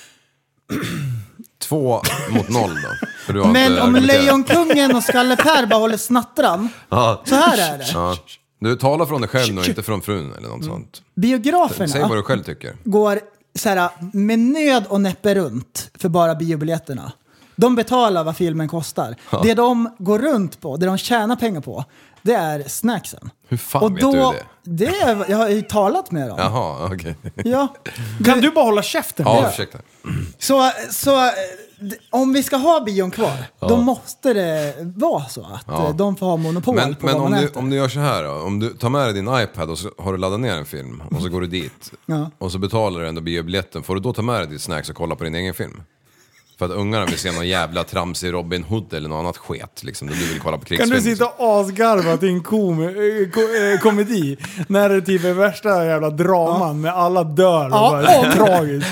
Två mot noll då. För du har men inte om Lejonkungen och Skalle Per bara håller snattran, ja. så här är det. Ja. Du talar från dig själv och inte från frun eller något mm. sånt. Biograferna säg vad du själv tycker. Går så här, med nöd och näppe runt för bara biobiljetterna. De betalar vad filmen kostar. Ja. Det de går runt på, det de tjänar pengar på, det är snacksen. Hur fan och vet då, du det? det är, jag har ju talat med dem. Jaha, okej. Okay. Ja. Kan du bara hålla käften? Ja, ursäkta. Så, så om vi ska ha bion kvar, ja. då måste det vara så att ja. de får ha monopol men, på men vad om man du, äter. om du gör så här då, om du tar med dig din iPad och så har du laddat ner en film och så går du dit ja. och så betalar du ändå biobiljetten, får du då ta med dig ditt snacks och kolla på din egen film? För att ungarna vill se någon jävla trams i Robin Hood eller något annat sket liksom, då du vill kolla på krigsfilm. Kan du sitta och asgarva till en kom- ko- komedi när det typ är värsta jävla draman ja. med alla dör och ja. bara är tragiskt.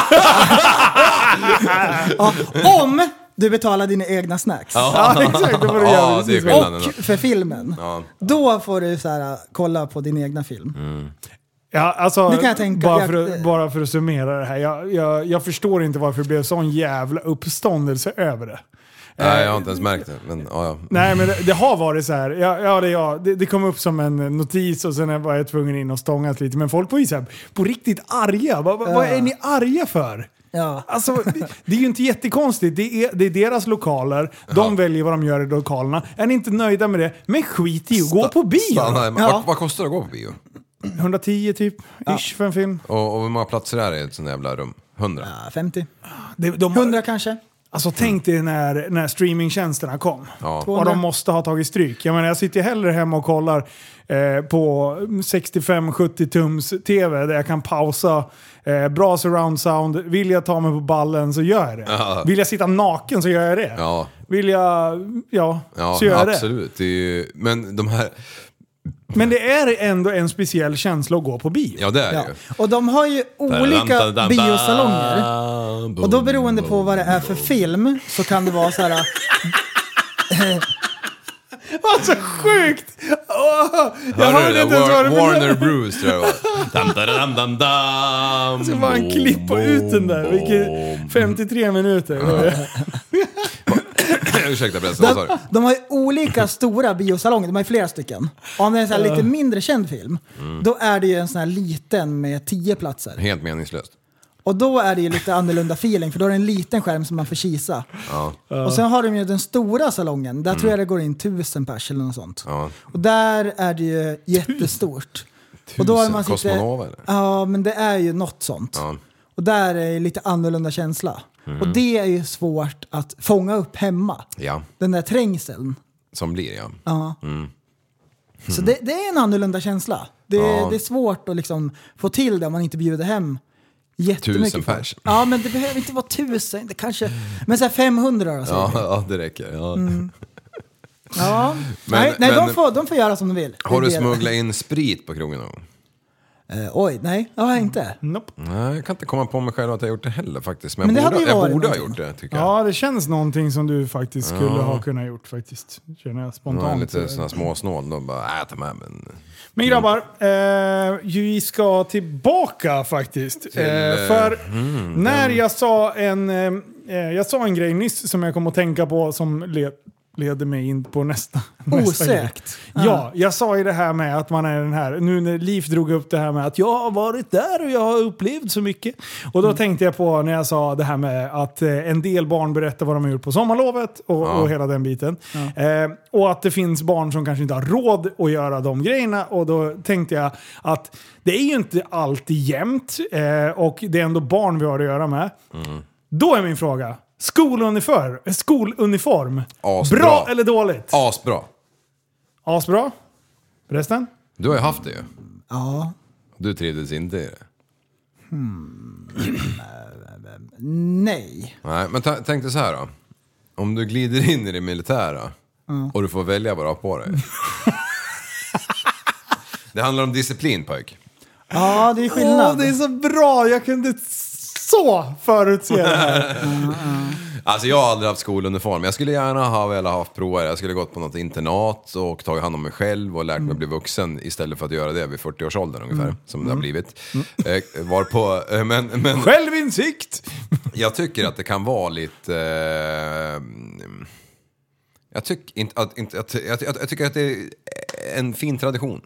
Ja, om du betalar dina egna snacks. Ja, ja exakt. Det får du ja, göra. Det är och för filmen. Ja. Då får du så här, kolla på din egna film. Mm. Ja, alltså, det kan jag tänka, bara, jag, för att, bara för att summera det här. Jag, jag, jag förstår inte varför det blev sån jävla uppståndelse över det. Nej, jag har inte ens märkt det. Men, ja, ja. Nej, men det, det har varit så här. Ja, ja, det, ja det, det kom upp som en notis och sen var jag tvungen in och stångat lite. Men folk var ju så här, på riktigt arga. Va, va, ja. Vad är ni arga för? Ja. Alltså, det, det är ju inte jättekonstigt. Det är, det är deras lokaler. De ja. väljer vad de gör i lokalerna. Är ni inte nöjda med det? Men skit i att gå på bio. Ja. Vad, vad kostar det att gå på bio? hundratio typ, ja. ish för en film. Och, och hur många platser är det i ett sånt jävla rum? hundra? Ja, femtio. De, de, hundra kanske. Alltså tänk dig när, när streamingtjänsterna kom. Ja. Och de måste ha tagit stryk. Jag menar, jag sitter hellre hemma och kollar eh, på sextiofem sjuttio tums tv där jag kan pausa. Eh, bra surround sound. Vill jag ta mig på ballen så gör jag det. Ja. Vill jag sitta naken så gör jag det. Ja. Vill jag, ja, ja så gör jag det. Absolut. Det är ju, men de här... Men det är ändå en speciell känsla att gå på bio. Ja, det är ja. ju. Och de har ju olika biosalonger. Och då beroende på vad det är för film så kan det vara så här... Vad så sjukt! Oh, jag hörde det, inte War, det Warner Bruce tror jag var. Dam, dam, dam, dam, jag ska bara en klippa ut den där. Vilket femtiotre minuter. Ursäkta, berätta, de, de har ju olika stora biosalonger. De har ju flera stycken. Om det är en sån här lite mindre känd film, mm. då är det ju en sån här liten med tio platser. Helt meningslöst. Och då är det ju lite annorlunda feeling, för då är det en liten skärm som man får kisa. Ja. Och sen har de ju den stora salongen. Där mm. tror jag det går in tusen pers eller något sånt. Ja. Och där är det ju jättestort. Tusen? Och då är man sitter, Cosmonova eller? ja, men det är ju något sånt. Ja. Och där är det lite annorlunda känsla. Mm. Och det är ju svårt att fånga upp hemma. Ja. Den där trängseln. Som blir, ja. Ja. Mm. Så det, det är en annorlunda känsla. Det, Ja. det är svårt att liksom få till det om man inte bjuder hem jättemycket. Tusen pers. Ja, men det behöver inte vara tusen. Det kanske, men så här femhundra då, säger Ja, vi. ja, det räcker. Ja. Mm. Ja. Men- nej, nej men- de, får, de får göra som de vill. Har Det du är det. smugglat in sprit på krogen någon gång? Eh, oj, nej, det har jag inte. Nope. Nej, jag kan inte komma på mig själv att jag har gjort det heller faktiskt. Men, Men det jag, hade borde, ju jag varit borde ha någonting. gjort det, tycker jag. Ja, det känns någonting som du faktiskt skulle Ja. ha kunnat gjort faktiskt. Känner jag Ja, spontant. lite sådana småsnål. Då bara, äh, ta med. Men... Men grabbar, eh, vi ska tillbaka faktiskt. Till, eh, eh, för mm, när den- jag sa en eh, jag sa en grej nyss som jag kom att tänka på som led, leder mig in på nästa. nästa grej. Osökt. Ja, jag sa ju det här med att man är den här, nu när Liv drog upp det här med att jag har varit där och jag har upplevt så mycket. Och då Mm. tänkte jag på när jag sa det här med att eh, en del barn berättar vad de har gjort på sommarlovet och, Ja. och hela den biten. Eh, och att det finns barn som kanske inte har råd att göra de grejerna. Och då tänkte jag att det är ju inte alltid jämnt eh, och det är ändå barn vi har att göra med. Mm. Då är min fråga, skoluniform, skoluniform Asbra. bra eller dåligt? Asbra. Asbra. Resten? Du har ju haft det ju. Ja. Du trivdes inte i det. Nej. Nej, men ta- tänk dig så här då. Om du glider in i det militära och du får välja vad du har på dig. Det handlar om disciplin, pojk. Ja, det är skillnad. Åh, det är så bra! Jag kunde så förutse det här. Alltså jag har aldrig haft skoluniform. Jag skulle gärna ha velat ha prova det. Jag skulle gått på något internat och tagit hand om mig själv och lärt mig att bli vuxen istället för att göra det vid fyrtio-årsåldern ungefär. Som det har blivit. Eh, var på, eh, men, men Självinsikt! jag tycker att det kan vara lite... Eh, jag, tycker inte att, inte, att, jag, jag, jag tycker att det är en fin tradition.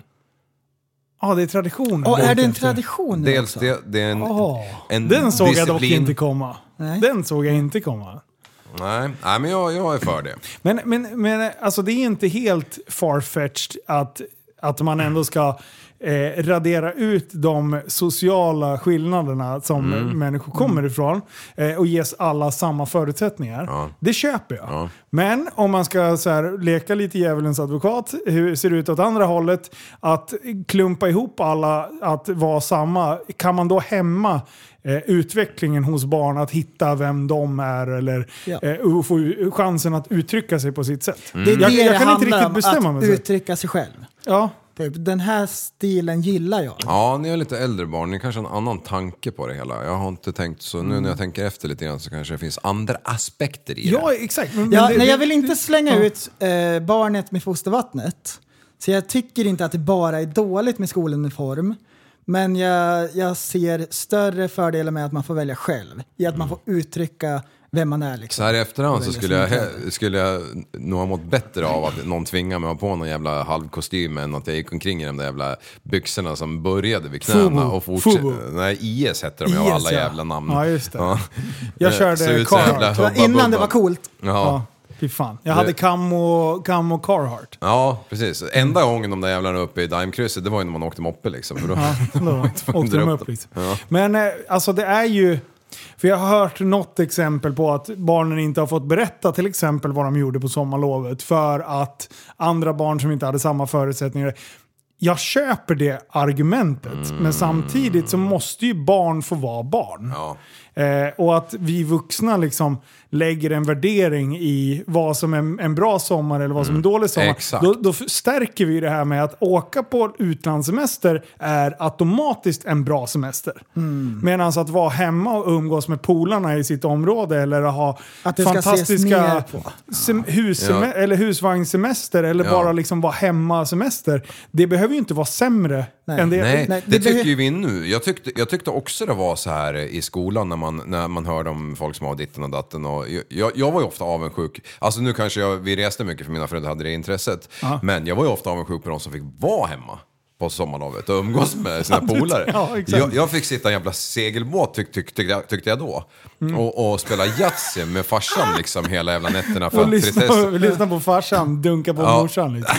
Ja, det är tradition. Och är det en tradition nu Dels också? det, det är en, Åh, en den såg jag dock disciplin. inte komma. Nej. Den såg jag inte komma. Nej, nej men jag, jag är för det. Men, men, men alltså det är inte helt farfetched att, att man ändå ska eh, radera ut de sociala skillnaderna som Mm. människor kommer ifrån eh, och ges alla samma förutsättningar. Ja. Det köper jag. Ja. Men om man ska så här, leka lite djävulens advokat, hur ser det ut åt andra hållet? Att klumpa ihop alla att vara samma, kan man då hämma eh, utvecklingen hos barn att hitta vem de är eller Ja. eh, och få u- chansen att uttrycka sig på sitt sätt? Det är det Jag, jag det kan inte handlar riktigt om, bestämma att mig. så. uttrycka sig själv. Ja. Typ, den här stilen gillar jag. Ja, ni är lite äldre barn. Ni kanske har en annan tanke på det hela. Jag har inte tänkt så. Nu när jag tänker efter lite grann så kanske det finns andra aspekter i Ja, det. exakt. Men, Ja, men det- nej, det- jag vill inte slänga ja. ut eh, barnet med fostervattnet. Så jag tycker inte att det bara är dåligt med skoluniform. Men jag, jag ser större fördelar med att man får välja själv. I att man får uttrycka vem man är. Liksom. Så här i efterhand så Välja skulle jag, sina he- skulle jag nog ha mått bättre av att någon tvingar mig att ha på någon jävla halvkostym än att jag gick omkring i de där jävla byxorna som började vid knäna Fubu. och fortsatte. Fubu. Nej, I S hette de, jag har I S, alla ja. jävla namn. Ja, just det. Ja. Jag Eh, körde så ut så Carhartt. jävla Det var hubba innan det bubba. var coolt. Ja, Ja. fy fan. Jag hade Camo, Camo Carhartt. Ja, precis. Enda gången de där jävlarna uppe i Daimkrysset, det var ju när man åkte moppe liksom. För då, Ja, då åkte de upp liksom. Ja. Men eh, alltså det är ju... För jag har hört något exempel på att barnen inte har fått berätta till exempel vad de gjorde på sommarlovet för att andra barn som inte hade samma förutsättningar. Jag köper det argumentet, Mm. men samtidigt så måste ju barn få vara barn. Ja. Eh, och att vi vuxna liksom lägger en värdering i vad som är en bra sommar eller vad som är en dålig sommar. Exakt. Då, då stärker vi det här med att åka på utlandssemester är automatiskt en bra semester. Mm. Medan att vara hemma och umgås med polarna i sitt område eller ha Att det ska ses fantastiska ner på. sem- husseme- Ja. eller husvagnssemester eller Ja. bara liksom vara hemma-semester. Det behöver ju inte vara sämre Nej. än det. Nej, Nej, det, det tycker behö- ju vi nu. Jag tyckte, jag tyckte också det var så här i skolan när man, när man hörde om folk som har ditten och datten. Och jag, jag var ju ofta avundsjuk. Alltså nu kanske jag, vi reste mycket för mina föräldrar hade det intresset. Men jag var ju ofta avundsjuk på de som fick vara hemma på sommarlovet och umgås med sina polare. Ja, exakt. jag, jag fick sitta i en jävla segelbåt tyck, tyck, tyckte, jag, tyckte jag då. Och, och spela Yatzy med farsan liksom hela jävla nätterna för Och att lyssna, tristess. lyssna på farsan, dunka på Ja. morsan lite.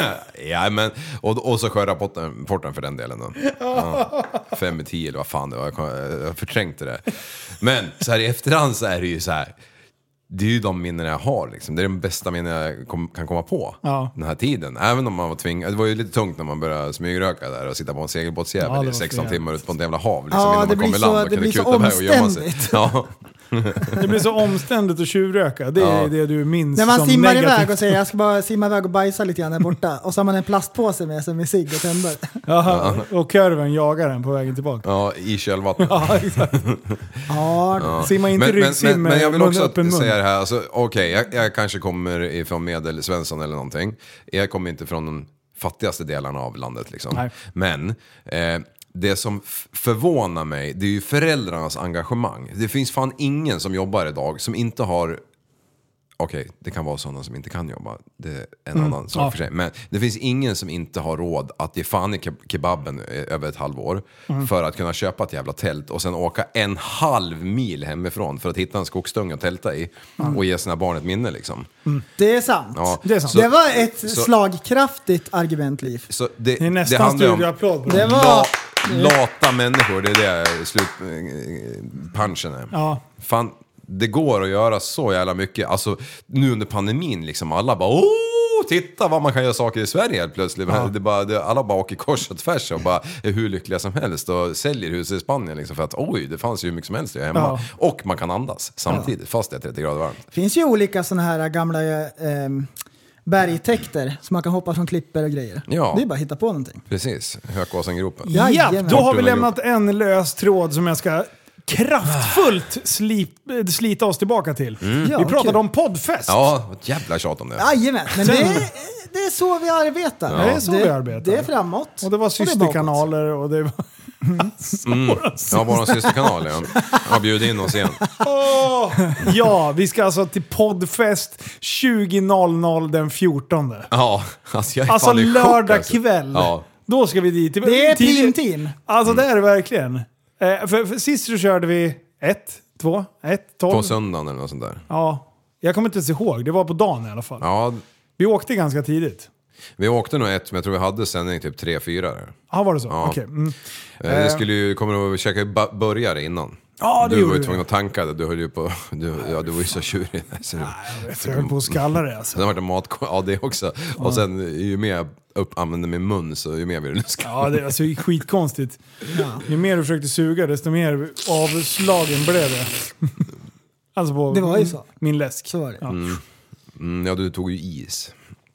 Ja, men, och, och så skörrapporten porten för den delen då. Ja, fem i tio eller vad fan det var, jag, kom- jag förträngte det. Men så här i efterhand så är det ju så här. Det är ju de minnen jag har liksom. Det är den bästa minnen jag kom, kan komma på ja. Den här tiden. Även om man var tvingad. Det var ju lite tungt när man började smygröka där och sitta på en segelbåtsjävel ja, i sexton fel. timmar ut på en jävla hav liksom, ja, innan man kom i land och kunde kuta iväg och gömma sig. Ja. Det blir så omständigt att tjurröka. Det är ja. det du minns. När man som simmar negativt. iväg och säger jag ska bara simma iväg och bajsa lite grann där borta. Och så har man en plastpåse med sig med cigg och tänder. Ja, och kurven jagar den på vägen tillbaka. Ja, i källvatten. Ja, exakt. Ja, ja. Simma inte men, ryggsim men, men, men jag vill också öppen mun. säga det här. Alltså, Okej, okay, jag, jag kanske kommer ifrån Medelsvensson eller någonting. Jag kommer inte från de fattigaste delarna av landet liksom. Nej. Men... Eh, det som f- förvånar mig, det är ju föräldrarnas engagemang. Det finns fan ingen som jobbar idag som inte har... Okej, okay, det kan vara sådana som inte kan jobba. Det är en mm. annan sak ja. för sig. Men det finns ingen som inte har råd att ge fan i ke- kebaben över ett halvår. Mm. För att kunna köpa ett jävla tält och sen åka en halv mil hemifrån för att hitta en skogsdunge att tälta i. Mm. Och ge sina barn ett minne liksom. Mm. Det är sant. Ja. Det, är sant. Så, det var ett så, slagkraftigt argument, Liv. Så det, det är nästan studieapplåd. Det var... Lata människor, det är det slut punchen är. Ja. Fan, det går att göra så jävla mycket. Alltså nu under pandemin liksom alla bara åh, titta vad man kan göra saker i Sverige helt plötsligt. Ja. Det bara, det, alla bara åker kors och tvärs och bara är hur lyckliga som helst och säljer hus i Spanien liksom för att oj, det fanns ju mycket som helst hemma. Ja. Och man kan andas samtidigt ja. fast det är trettio grader varmt. Det finns ju olika såna här gamla eh, bergtäkter som man kan hoppa från klipper och grejer. Ja. Det är bara att hitta på någonting. Precis, Hökåsengropen. Ja, ja, då har vi lämnat en lös tråd som jag ska kraftfullt slip, slita oss tillbaka till. Mm. Vi pratade okay. om poddfest. Ja, ett jävla tjat om det. Jajamän, men det är, det är så vi arbetar. Ja. Det är så det, vi arbetar. Det är framåt. Och det var systerkanaler och det var... Mm. Mm. Ja, bara en systerkanal. Ja. Jag bjöd in oss igen. Oh, ja, vi ska alltså till poddfest tjugo noll noll den fjortonde. Ja, alltså jag är alltså fan lördag chock, alltså. kväll. Ja. Då ska vi dit. Det är prim-team. Alltså mm. det är det verkligen. Eh, för, för sist så körde vi ett, två, ett, tolv. På söndagen eller något sånt där. Ja, jag kommer inte ens ihåg. Det var på dagen i alla fall. Ja. Vi åkte ganska tidigt. Vi åkte nog ett, men jag tror vi hade sändning typ tre, fyra där. Ja, var det så? Ja. Okej. Okay. Mm. Det skulle ju, kommer att käka burgare innan. Ja, det du var ju du. tvungen att tanka det. Du höll ju på, du, ja, du var ju så tjurig. Så Nej, jag vet, jag höll på att skalla det alltså. Sen var det mat, ja det också. Ja. Och sen ju mer jag upp, använde min mun så ju mer vill du skalla. Ja, det är alltså skitkonstigt. Ja. Ju mer du försökte suga desto mer avslagen blev det. Alltså på det var ju så. Min läsk. Så var det. Ja. Mm. Mm, ja, du tog ju is.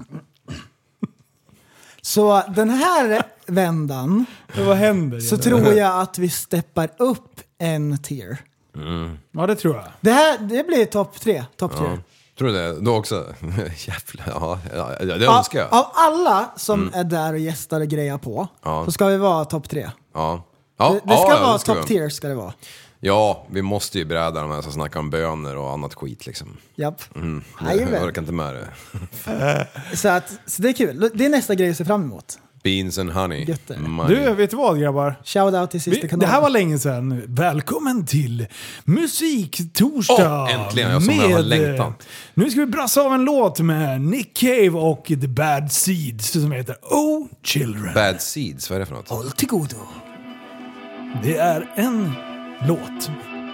Så den här vändan vad händer? Så tror jag att vi steppar upp en tier. Mm. Ja, det tror jag. Det här det blir topp tre, topp ja. tier. Tror du det? Då också? Jävlar, ja, ja, det av, önskar jag. Av alla som mm. är där och gästar och grejer på ja. så ska vi vara topp tre. Ja. Ja. Det, det ska ja, vara det ska topp tier ska det vara. Ja, vi måste ju bräda de här som snackar om böner och annat skit liksom. Japp. Mm. Jag orkar inte med det. så, att, så det är kul. Det är nästa grej att se fram emot. Beans and honey. Du, vet du vad grabbar? Shout out till sista kanalen. Det här var länge sedan. Välkommen till Musiktorsdag. Oh, äntligen, jag som med, jag har längtan. Nu ska vi brassa av en låt med Nick Cave och The Bad Seeds som heter Oh Children. Bad Seeds, vad är det för något? Håll till godo. Det är en låt.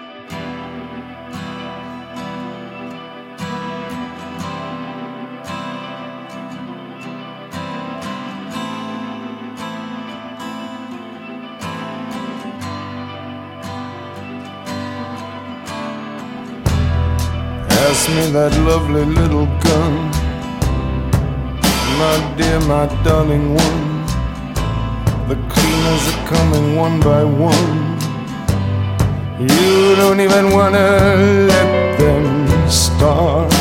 Pass me that lovely little gun, my dear, my darling one. The cleaners are coming one by one. You don't even wanna let them start.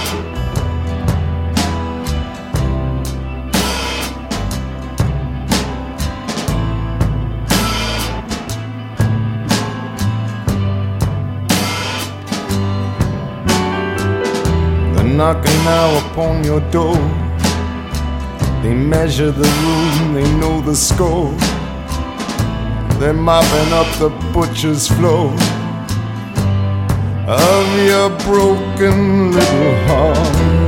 They're knocking now upon your door. They measure the room, they know the score. They're mopping up the butcher's floor of your broken little heart.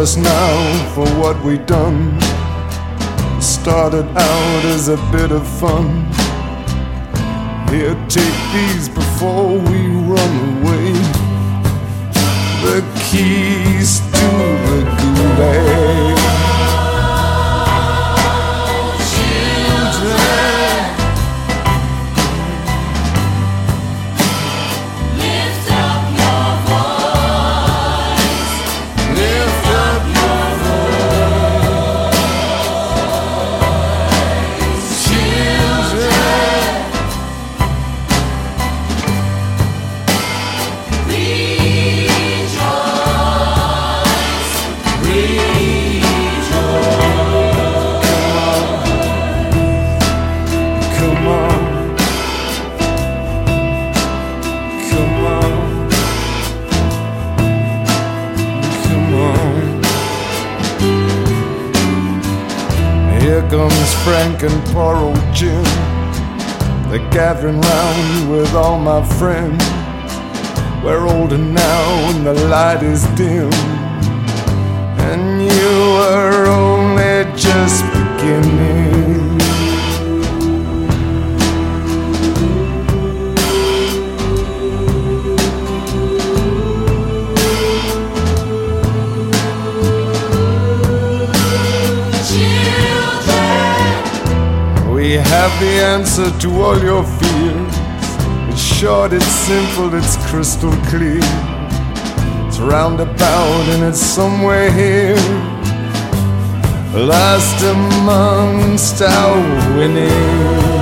us now for what we done. Started out as a bit of fun. Here, take these before we run away. The keys to the gulag. Comes Frank and poor old Jim. They're gathering round with all my friends. We're older now and the light is dim, and you are only just beginning. We have the answer to all your fears. It's short, it's simple, it's crystal clear. It's roundabout and it's somewhere here, last amongst our winning.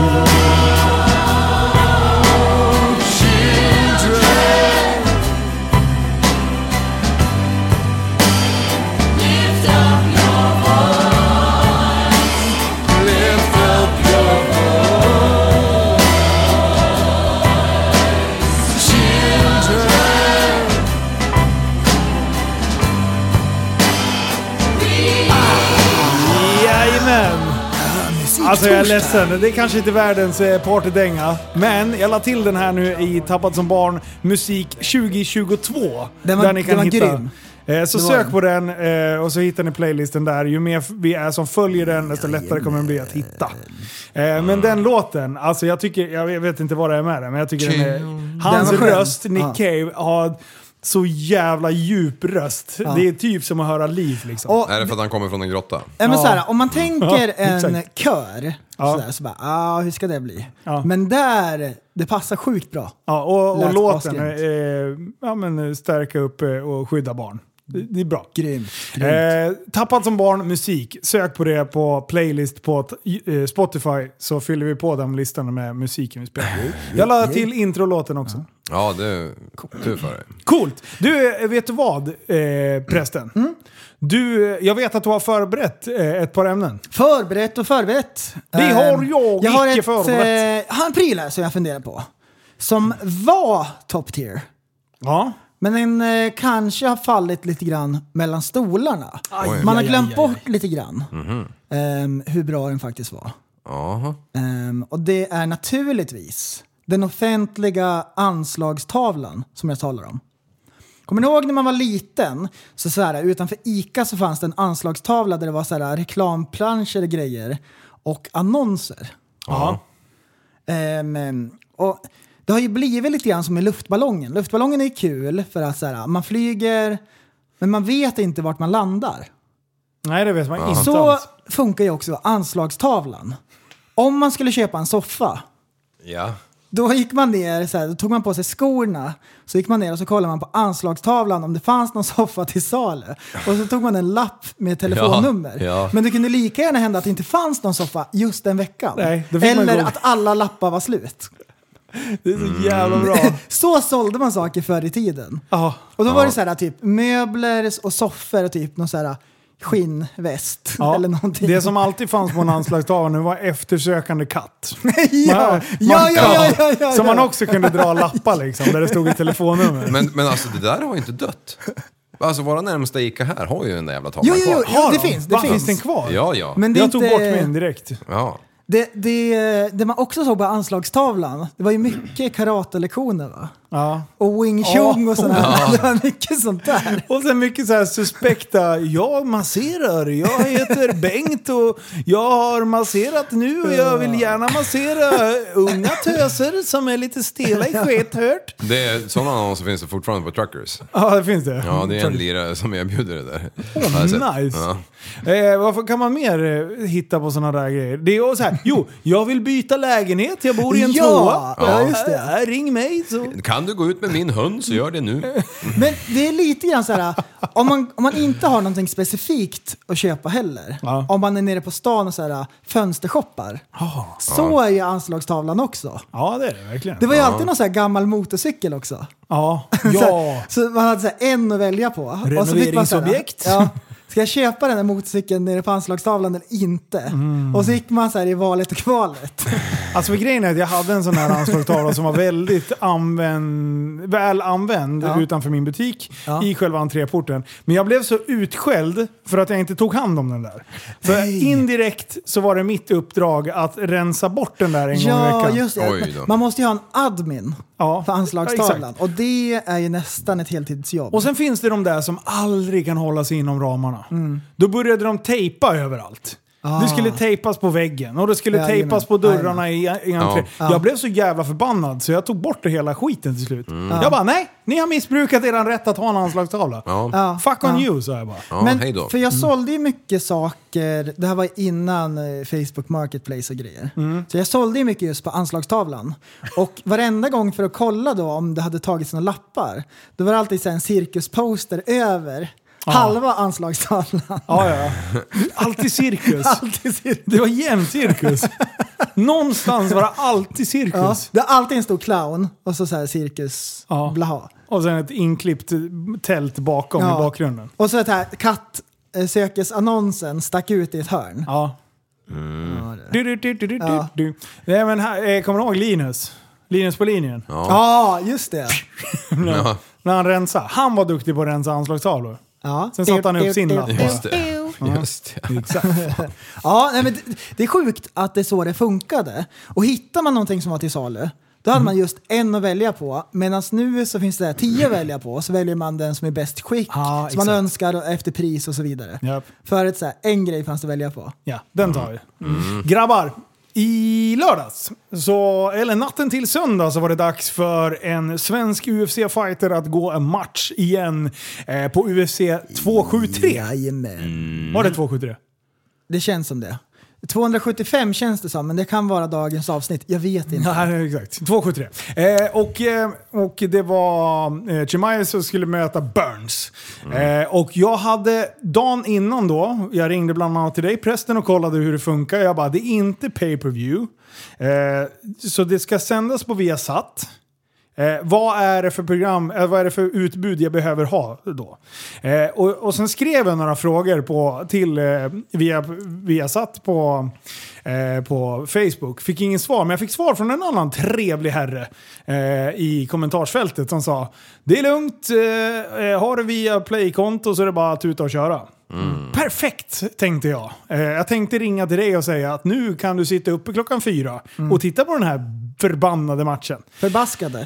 Alltså jag är ledsen, det är kanske inte världens partydänga, men jag la till den här nu i Tappad som barn musik tjugo tjugotvå. Den var, där ni kan den hitta. Grym. Så sök den. på den och så hittar ni playlisten där. Ju mer vi är som följer den, desto lättare kommer den bli att hitta. Men den låten, alltså jag tycker, jag vet inte vad det är med den, men jag tycker den är, hans den röst, Nick ja. Cave, har så jävla djup röst. Ja. Det är typ som att höra liv liksom. Och, är det för att han kommer från en grotta? Ja, men så här, om man tänker ja, en kör ja. sådär, så bara, ah, hur ska det bli? Ja. Men där, det passar sjukt bra. Ja, och, och låten är, ja, men stärka upp och skydda barn. Det är bra. Grym. Eh, Tappad som barn musik. Sök på det på playlist på eh, Spotify, så fyller vi på den listan med musiken vi spelar. Jag la till introlåten också. Ja, det är tur för dig. Coolt. Du, vet du vad, eh, prästen? Mm. Du, jag vet att du har förberett eh, ett par ämnen. Förberett och förberett. Det har jag, jag har icke ett, förberett. Eh, har en pryl här som jag funderar på. Som var top tier. Ja. Men den eh, kanske har fallit lite grann mellan stolarna. Aj, Man har aj, glömt aj, bort aj. lite grann Mm-hmm. um, hur bra den faktiskt var. Aha. Um, och det är naturligtvis den offentliga anslagstavlan som jag talar om. Kommer ni ihåg när man var liten? Så, så här, utanför ICA så fanns det en anslagstavla där det var så här, reklamplanscher och grejer. Och annonser. Ja. Um, och det har ju blivit lite grann som med luftballongen. Luftballongen är kul för att så här, man flyger, men man vet inte vart man landar. Nej, det vet man inte. Så funkar ju också anslagstavlan. Om man skulle köpa en soffa, ja. då gick man ner, så här, då tog man på sig skorna, så gick man ner och så kollade man på anslagstavlan om det fanns någon soffa till salu. Och så tog man en lapp med telefonnummer. Ja, ja. Men det kunde lika gärna hända att det inte fanns någon soffa just den veckan. Nej, då fick man eller gå. att alla lappar var slut. Det är så jävla bra. Så sålde man saker förr i tiden. Ja. Och då var det så här typ möbler och soffor och typ någon så här skinnväst Ja. eller någonting. Det som alltid fanns på en anslagstavla nu var eftersökande katt. ja. Man- Ja, man- ja, ja, ja, ja, Som ja. man också kunde dra lappar liksom, där det stod ett telefonnummer. Men, men alltså det där har ju inte dött. Alltså våra närmsta Ica här har ju den där jävla tavlan Jo, jo, jo, kvar. jo Har det de? finns. Det Va, finns. finns den kvar? Ja, ja. Men det är Jag inte, tog bort min direkt. ja. det, det, det man också såg på anslagstavlan, det var ju mycket karatelektioner va? Ja. Och Wing Chun Ja. och sådär. Ja. Det var mycket sånt där. Och sen mycket så här suspekta, jag masserar, jag heter Bengt och jag har masserat nu och jag vill gärna massera unga töser som är lite stela i skethört. Det är sådana annonser finns det fortfarande på Truckers. Ja, det finns det. Ja, det är en lirare som erbjuder det där. Oh, nice. Ja. Eh, varför kan man mer eh, hitta på sådana där grejer? Det är också så här, jo, jag vill byta lägenhet, jag bor i en Ja, tvåa. ja, just det. Äh, ring mig så. Kan du gå ut med min hund så gör det nu. Men det är lite grann så här, om man, om man inte har någonting specifikt att köpa heller. Ja. Om man är nere på stan och så här, fönstershoppar. Så är ju anslagstavlan också. Ja, det är det verkligen. Det var ju ja. alltid någon så här gammal motorcykel också. Ja, så, ja. så man hade så här en att välja på. Och så fick man så här, Renoveringsobjekt. ja, ska jag köpa den här motorcykeln nere på anslagstavlan eller inte? Mm. Och så gick man så här i valet och kvalet. Alltså för grejen är att jag hade en sån här anslagstavla som var väldigt använd, väl använd Ja. utanför min butik Ja. i själva entréporten. Men jag blev så utskälld för att jag inte tog hand om den där. För indirekt så var det mitt uppdrag att rensa bort den där en gång i Ja, veckan. just det. Man måste ju ha en admin ja. för anslagstavlan. Exakt. Och det är ju nästan ett heltidsjobb. Och sen finns det de där som aldrig kan hålla sig inom ramarna. Mm. Då började de tejpa överallt. Ah. Det skulle tejpas på väggen och det skulle Ja, tejpas på jajamän. dörrarna i, i entré. Ja. Jag blev så jävla förbannad så jag tog bort det hela skiten till slut. Mm. Jag bara, nej, ni har missbrukat eran rätt att ha en anslagstavla. Ja. Ja. Fuck on Ja. you, sa jag bara. Ja, Men, hej då. för jag sålde ju mycket saker, det här var innan eh, Facebook Marketplace och grejer. Mm. Så jag sålde ju mycket just på anslagstavlan. Och varenda gång för att kolla då om det hade tagits några lappar, då var det alltid så här en cirkusposter över halva anslagstavlan. Ja, ja. Alltid cirkus. Alltid cirkus. Det var jämt cirkus. Någonstans var det alltid cirkus. Ja, det är alltid en stor clown och så, så här cirkus Ja. blaha. Och sen ett inklippt tält bakom Ja. i bakgrunden. Och så ett här kattsökesannonsen stack ut i ett hörn. Ja. Ja, det- Du, du, du, du, du, Ja. du. Nej, men här, eh, kommer du ihåg Linus? Linus på linjen. Ja. Ja, just det. Ja. När han rensade. Han var duktig på att rensa anslagstavlor. Ja. Sen satte han upp sin lapp. Just det. Just det. Exakt. Ja, nej, men det, det är sjukt att det är så det funkade. Och hittar man någonting som var till salu, då hade man just en att välja på. Medan nu så finns det tio att välja på. Så väljer man den som är bäst skick, Ja, som exakt. man önskar efter pris och så vidare. Japp. Förut så här, en grej fanns det att välja på. Ja, den tar vi. Grabbar, i lördags, så, eller natten till söndag, så var det dags för en svensk U F C-fighter att gå en match igen eh, på U F C tvåhundrasjuttiotre. Jajamän. Var det tvåhundrasjuttiotre? Det känns som det. tvåhundrasjuttiofem känns det som, men det kan vara dagens avsnitt. Jag vet inte. Nej, exakt. tvåhundrasjuttiotre. Eh, och, eh, och det var eh, Chimaev som skulle möta Burns. Eh, och jag hade dagen innan då, jag ringde bland annat till dig prästen och kollade hur det funkar. Jag bara, det är inte pay-per-view. Eh, så det ska sändas på Viasat. Eh, vad är det för program, eh, vad är det för utbud jag behöver ha då? Eh, och, och sen skrev jag några frågor på, till eh, via, via satt på, eh, på Facebook. Fick ingen svar, men jag fick svar från en annan trevlig herre eh, i kommentarsfältet som sa, det är lugnt, eh, har du via Play-konto så är det bara att tuta och köra. Mm. Perfekt, tänkte jag. Eh, jag tänkte ringa till dig och säga att nu kan du sitta uppe klockan fyra Mm. och titta på den här förbannade matchen. Förbaskade.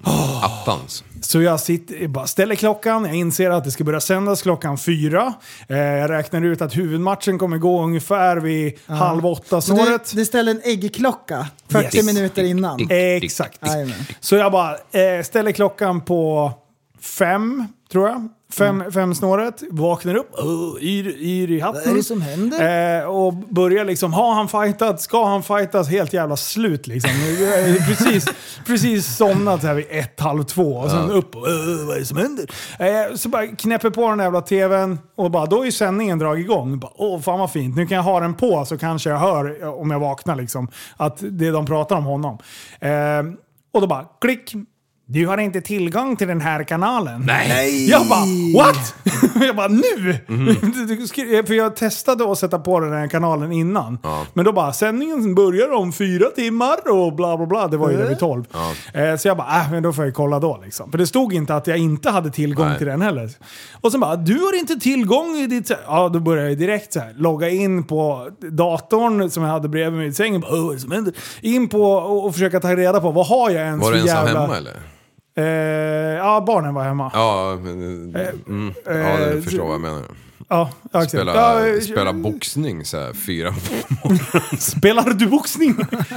Attans. Så jag sitter, bara ställer klockan, jag inser att det ska börja sändas klockan fyra. Eh, jag räknar ut att huvudmatchen kommer gå ungefär vid Ja. halv åtta Så du, snåret. du ställer en äggklocka fyrtio Yes. minuter innan. Exakt. Jajamän. Så jag bara eh, ställer klockan på fem, tror jag. Fem, Mm. fem snåret, vaknar upp, uh, yr, yr i hatten. Vad är det som händer? Eh, och börjar liksom, har han fightat? Ska han fightas? Helt jävla slut liksom. Jag är precis, precis somnat här vid ett, halv två. Och sen upp och, uh, vad är det som händer? Eh, så bara knäpper på den jävla tvn och bara, då är ju sändningen dragit igång. Bara, åh, fan vad fint. Nu kan jag ha den på så kanske jag hör, om jag vaknar liksom, att det de pratar om honom. Eh, och då bara, klick. Du har inte tillgång till den här kanalen. Nej! Jag bara, what? Jag bara, nu? Mm. För jag testade att sätta på den här kanalen innan. Ja. Men då bara, sändningen börjar om fyra timmar och bla bla bla. Det var ju där vid tolv. Ja. Eh, så jag bara, äh, men då får jag kolla då liksom. För det stod inte att jag inte hade tillgång Nej. till den heller. Och sen bara, du har inte tillgång i ditt... Ja, då började jag direkt så här, logga in på datorn som jag hade bredvid mig i sängen. Bara, oh, vad är det som händer? In på och, och försöka ta reda på, vad har jag ens Var för du ensam jävla... hemma eller? Eh, ja, barnen var hemma. Ja, men, eh, mm, ja, det förstår vad jag menar. Ja, ja, spela, ja, spela boxning så här, fyra Spelar du boxning?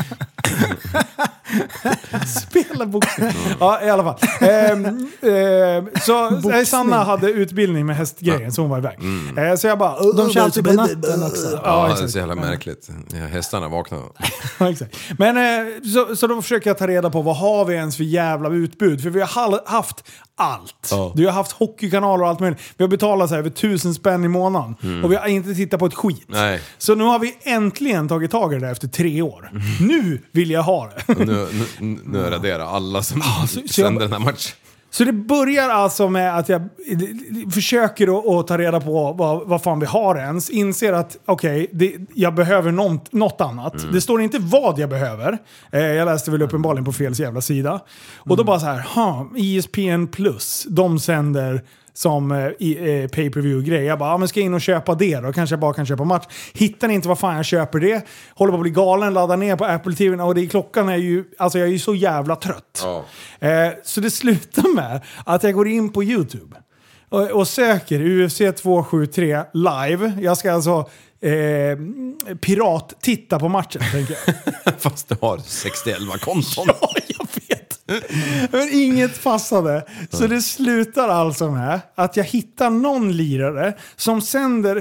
Spela boxning. Ja, i alla fall. Ehm, ehm, så boxning. Sanna hade utbildning med hästgrejen, ja. Så hon var iväg. Mm. Ehm, så jag bara... Uh, De kör alltid på natten också. Ja, ja, det är så jävla märkligt. Ja, hästarna vaknar. Ja, exakt. Men eh, så, så då försöker jag ta reda på vad har vi ens för jävla utbud? För vi har haft allt. Ja. Du har haft hockeykanaler och allt möjligt. Vi har betalat så här över tusen spänn i månaden. Mm. Och vi har inte tittat på ett skit. Nej. Så nu har vi äntligen tagit tag i det efter tre år. Mm. Nu vill jag ha det. nu, nu, nu raderar alla som ah, så, sänder jag, den här matchen. Så det börjar alltså med att jag försöker att, att ta reda på vad, vad fan vi har ens. Inser att okej, okay, jag behöver något, något annat. Mm. Det står inte vad jag behöver. Eh, jag läste väl uppenbarligen på fel jävla sida. Mm. Och då bara så här, ha, E S P N plus, de sänder som eh, eh, pay-per-view-grej. Jag bara, ja, men ska jag in och köpa det då? Kanske jag bara kan köpa match. Hittar ni inte vad fan jag köper det? Håller på att bli galen, laddar ner på Apple T V och det, klockan är ju, alltså jag är ju så jävla trött. Oh. Eh, så det slutar med att jag går in på YouTube och, och söker U F C två sjuttiotre live. Jag ska alltså eh, pirat titta på matchen, tänker jag. Fast du har sextioelva konton. Ja, jag vet. Men inget passade. Så det slutar alltså med att jag hittar någon lirare som sänder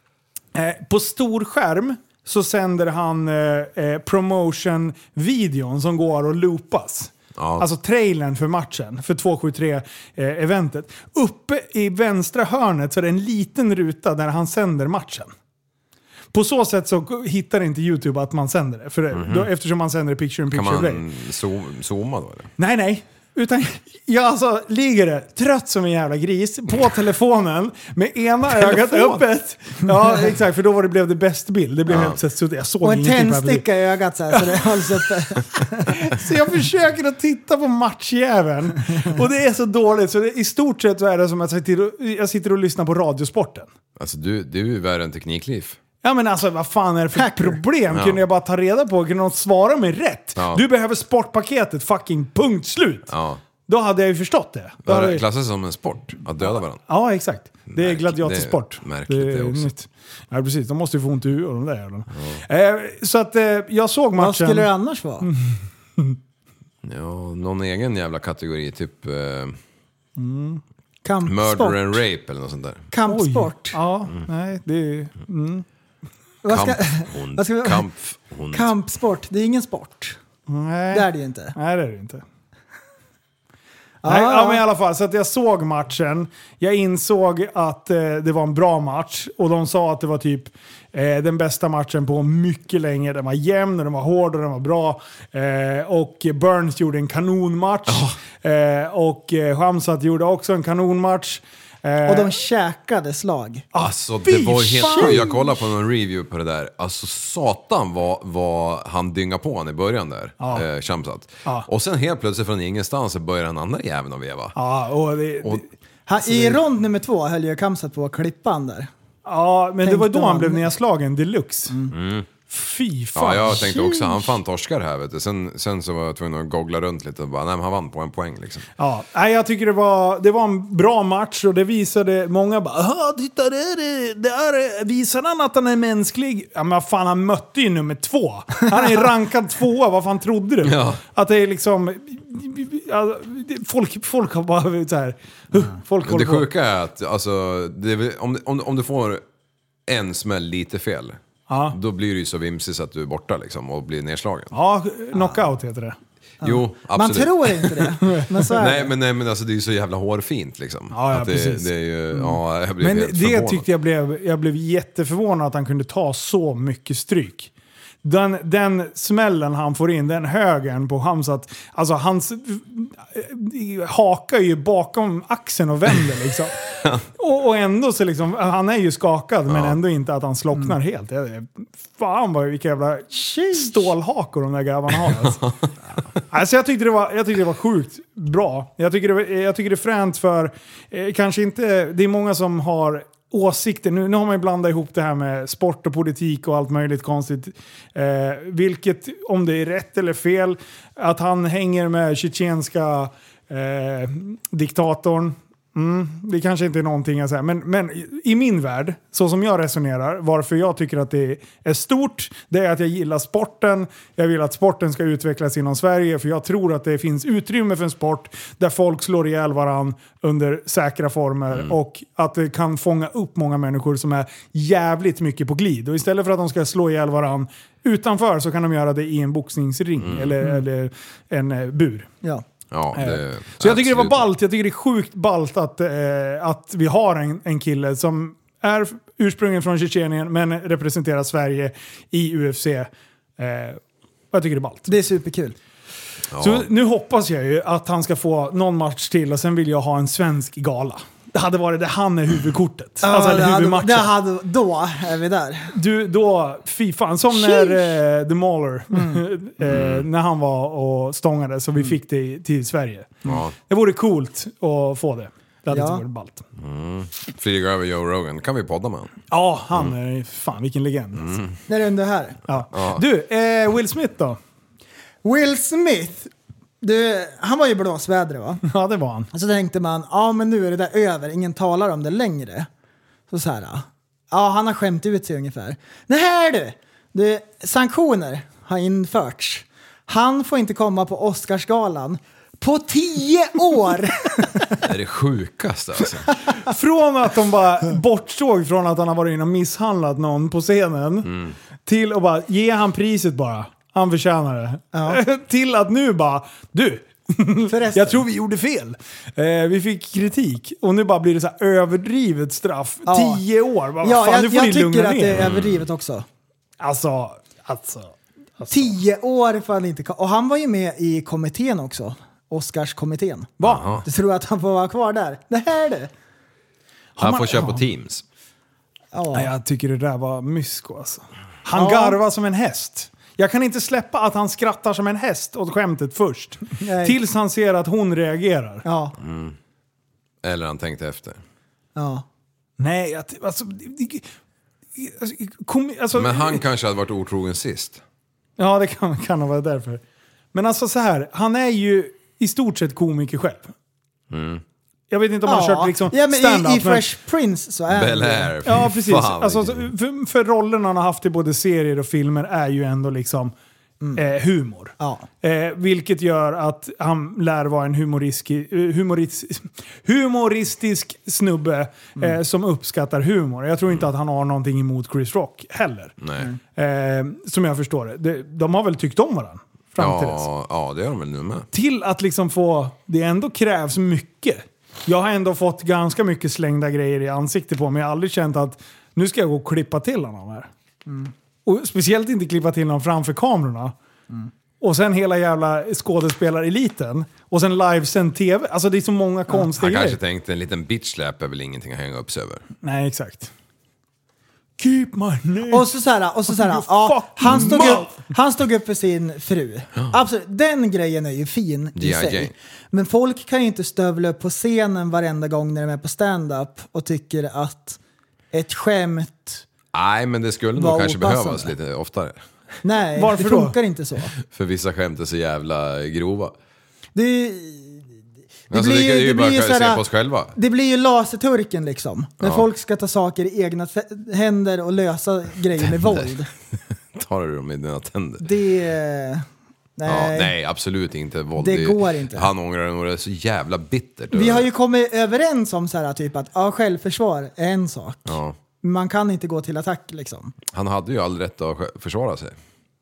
eh, på stor skärm, så sänder han eh, eh, promotion-videon som går att loopas. Ja. Alltså trailern för matchen, för två sjuttiotre-eventet. Eh, Uppe i vänstra hörnet så är det en liten ruta där han sänder matchen. På så sätt så hittar inte YouTube att man sänder det. För mm-hmm. då, eftersom man sänder det picture in picture. Kan man zoom, zooma då eller? Nej, nej. Utan jag alltså ligger det trött som en jävla gris på telefonen med ena ögat öppet. Ja, exakt. För då var det, blev det bäst bild. Det blev ja. helt så jag såg och en tändsticka i ögat så här, så det hålls uppe. Så jag försöker att titta på matchjäveln. Och det är så dåligt. Så det, i stort sett så är det som att jag sitter och, jag sitter och lyssnar på radiosporten. Alltså du, du är ju värre än teknikliv. Ja, men alltså vad fan är det för Hacker. problem? Ja. Kunde jag bara ta reda på? Kunde någon svara mig rätt? Ja. Du behöver sportpaketet, fucking punkt slut. Ja. Då hade jag ju förstått det. Då det hade... klassas som en sport, att döda varandra. Ja, exakt. Det är Märk, gladiatorsport. Det är märkligt det, det också. Nytt. Ja, precis. De måste ju få ont i huvudet, de där. Ja. Eh, så att eh, jag såg matchen... Vad skulle det annars vara? Ja, någon egen jävla kategori, typ... Eh... Mm. Murder and rape eller något sånt där. Kampsport. Oj. Ja, mm. nej, det är... Mm. Vad ska, Kamphund. vad ska vi, Kamphund. Kampsport, det är ingen sport. Nej. Det är det ju inte. Nej, det är det inte. Ah, Nej, ja, men i alla fall, så att jag såg matchen. Jag insåg att eh, det var en bra match. Och de sa att det var typ eh, den bästa matchen på mycket länge. Den var jämn, den var hård och den var bra. Eh, och Burns gjorde en kanonmatch. Oh. Eh, och eh, Hamzat gjorde också en kanonmatch. Och de käkade slag. Alltså det var helt sjukt. Jag kollade på någon review på det där. Alltså satan vad, vad han dynga på han i början där. Ja. Eh, Shamsat. Ja. Och sen helt plötsligt från ingenstans så börjar den andra jäveln att veva. Ja, och det, och, han, alltså I det... rond nummer två höll ju Kamsat på klippan där. Ja, men tänkte det var då han blev nedslagen deluxe. Mm. Mm. Fy fan. Ja, jag tänkte också, han fan torskar här vet du. Sen, sen så var jag tvungen att googla runt lite och bara, nej men han vann på en poäng liksom. Ja, nej, jag tycker det var, det var en bra match och det visade, många bara, ja titta det är det, där visar han att han är mänsklig. Ja men fan, han mötte ju nummer två. Han är rankad tvåa, vad fan trodde du? Ja. Att det är liksom, folk, folk har bara så här, folk det sjuka är att, alltså, det, om, om, om du får en smäll lite fel, ja. Då blir det ju så vimsig så att du är borta liksom och blir nedslagen. Ja, knockout heter det. Jo, absolut. Man tror inte det. Men så är nej, det. Men, nej, men alltså det är ju så jävla hårfint liksom. Ja, ja att det, precis. Det är ju, ja, jag blev men helt det förvånad. tyckte jag blev, jag blev jätteförvånad att han kunde ta så mycket stryk. Den, den smällen han får in, den högen på Hamzat, alltså hans hakar ju bakom axeln och vänder liksom. och, och ändå så liksom, han är ju skakad ja. Men ändå inte att han slocknar mm. helt. Fan vad vilka jävla stålhakor de där grabbarna har. Alltså. alltså jag tyckte det var, jag tyckte det var sjukt bra. Jag tycker det, jag tycker det är fränt för, eh, kanske inte, det är många som har åsikter. Nu, nu har man ju blandat ihop det här med sport och politik och allt möjligt konstigt. Eh, vilket, om det är rätt eller fel, att han hänger med tjetjenska eh, diktatorn. Mm, det kanske inte är någonting jag säger. Men, men i min värld, så som jag resonerar, varför jag tycker att det är stort, det är att jag gillar sporten. Jag vill att sporten ska utvecklas inom Sverige, för jag tror att det finns utrymme för en sport där folk slår ihjäl varann under säkra former mm. och att det kan fånga upp många människor som är jävligt mycket på glid. Och istället för att de ska slå ihjäl varann utanför så kan de göra det i en boxningsring mm. eller, mm. eller en eh, bur. Ja. Ja, det, så jag tycker det var ballt. Jag tycker det är sjukt ballt att, eh, att vi har en, en kille som är ursprungen från Tjetjenien men representerar Sverige i U F C. Eh, jag tycker det är ballt. Det är superkul. Ja. Så nu hoppas jag ju att han ska få någon match till och sen vill jag ha en svensk gala. Det hade varit det han är huvudkortet. Ja, alltså det huvudmatchen. Hade, det hade, då är vi där. Du, då, fy fan. Som Sheesh. när uh, The Mauler, mm. uh, när han var och stångade så vi mm. fick det till Sverige. Ja. Det vore coolt att få det. Det hade ja. inte varit ballt. Mm. Flyger över Joe Rogan. Kan vi podda med honom? Ja, han är mm. fan vilken legend. Alltså. Mm. När är det här? Ja. Ja. Du, eh, Will Smith då? Will Smith... Du, han var ju blåsväder va? Ja, det var han. Och så tänkte man, ja men nu är det där över, ingen talar om det längre. Så så här, ja han har skämt ut sig ungefär. Nej du, du, sanktioner har införts. Han får inte komma på Oscarsgalan på tio år. Det är det sjukaste alltså. Från att de bara bortsåg från att han har varit inne och misshandlat någon på scenen mm. till att bara ge han priset bara. Han förtjänar det. Ja. Till att nu bara, du, jag tror vi gjorde fel. Eh, vi fick kritik. Och nu bara blir det så här överdrivet straff. Ja. Tio år. Bara, ja, fan, jag, nu får jag ni tycker lugna att ner. det är överdrivet också. Alltså, alltså, alltså. Tio år får han inte... Och han var ju med i kommittén också. Oscarskommittén. Va? Du tror att han får vara kvar där? Det här är det. Han man, får köpa ja. Teams. Ja. Nej, jag tycker det där var mysko alltså. Han ja. garvar som en häst. Jag kan inte släppa att han skrattar som en häst åt skämtet först. Nej. Tills han ser att hon reagerar. Ja. Mm. Eller han tänkte efter. Ja. Nej, alltså... Kom, alltså men han kanske hade varit otrogen sist. Ja, det kan, kan vara därför. Men alltså så här, han är ju i stort sett komiker själv. Mm. Jag vet inte om ja. han har kört liksom ja, men stand-up. I, i Fresh men... Prince så är Bel Air. Ja, precis. Fan, alltså, för, för rollerna han har haft i både serier och filmer är ju ändå liksom mm. eh, humor. Ja. Eh, vilket gör att han lär vara en humoriski, humoris, humoristisk snubbe mm. eh, som uppskattar humor. Jag tror inte mm. att han har någonting emot Chris Rock heller. Nej. Eh, som jag förstår det. De, de har väl tyckt om varandra. Fram till ja, dess. ja, det gör de väl nu med. Till att liksom få... Det ändå krävs mycket. Jag har ändå fått ganska mycket slängda grejer i ansiktet på mig. Jag har aldrig känt att nu ska jag gå och klippa till honom här. Mm. Och speciellt inte klippa till honom framför kamerorna. Mm. Och sen hela jävla skådespelareliten. Och sen livesänd tv. Alltså det är så många ja. konstiga Han grejer. kanske tänkte en liten bitchlap är väl ingenting att hänga upp sig över. Nej, exakt. Keep my name. Och så såhär, och så såhär, ja, han, stod upp, han stod upp för sin fru. Ja. Absolut, den grejen är ju fin i sig. Jane. Men folk kan ju inte stövla upp på scenen varenda gång när de är på stand-up och tycker att ett skämt... Nej, men det skulle nog kanske behövas lite oftare. Nej, varför det funkar då? Inte så. För vissa skämt är så jävla grova. Det... Det, alltså, blir, det, ju, det, blir ju såhär, på oss själva. Det blir ju laserturken liksom. När ja. folk ska ta saker i egna händer och lösa grejer med våld. Tar du dem i dina tänder? Det... Nej. Ja, nej, absolut inte våld. Det går inte. Han ångrar nog, det är så jävla bittert. Vi har ju kommit överens om så här, typ att ja, självförsvar är en sak. Ja. Man kan inte gå till attack liksom. Han hade ju all rätt att försvara sig.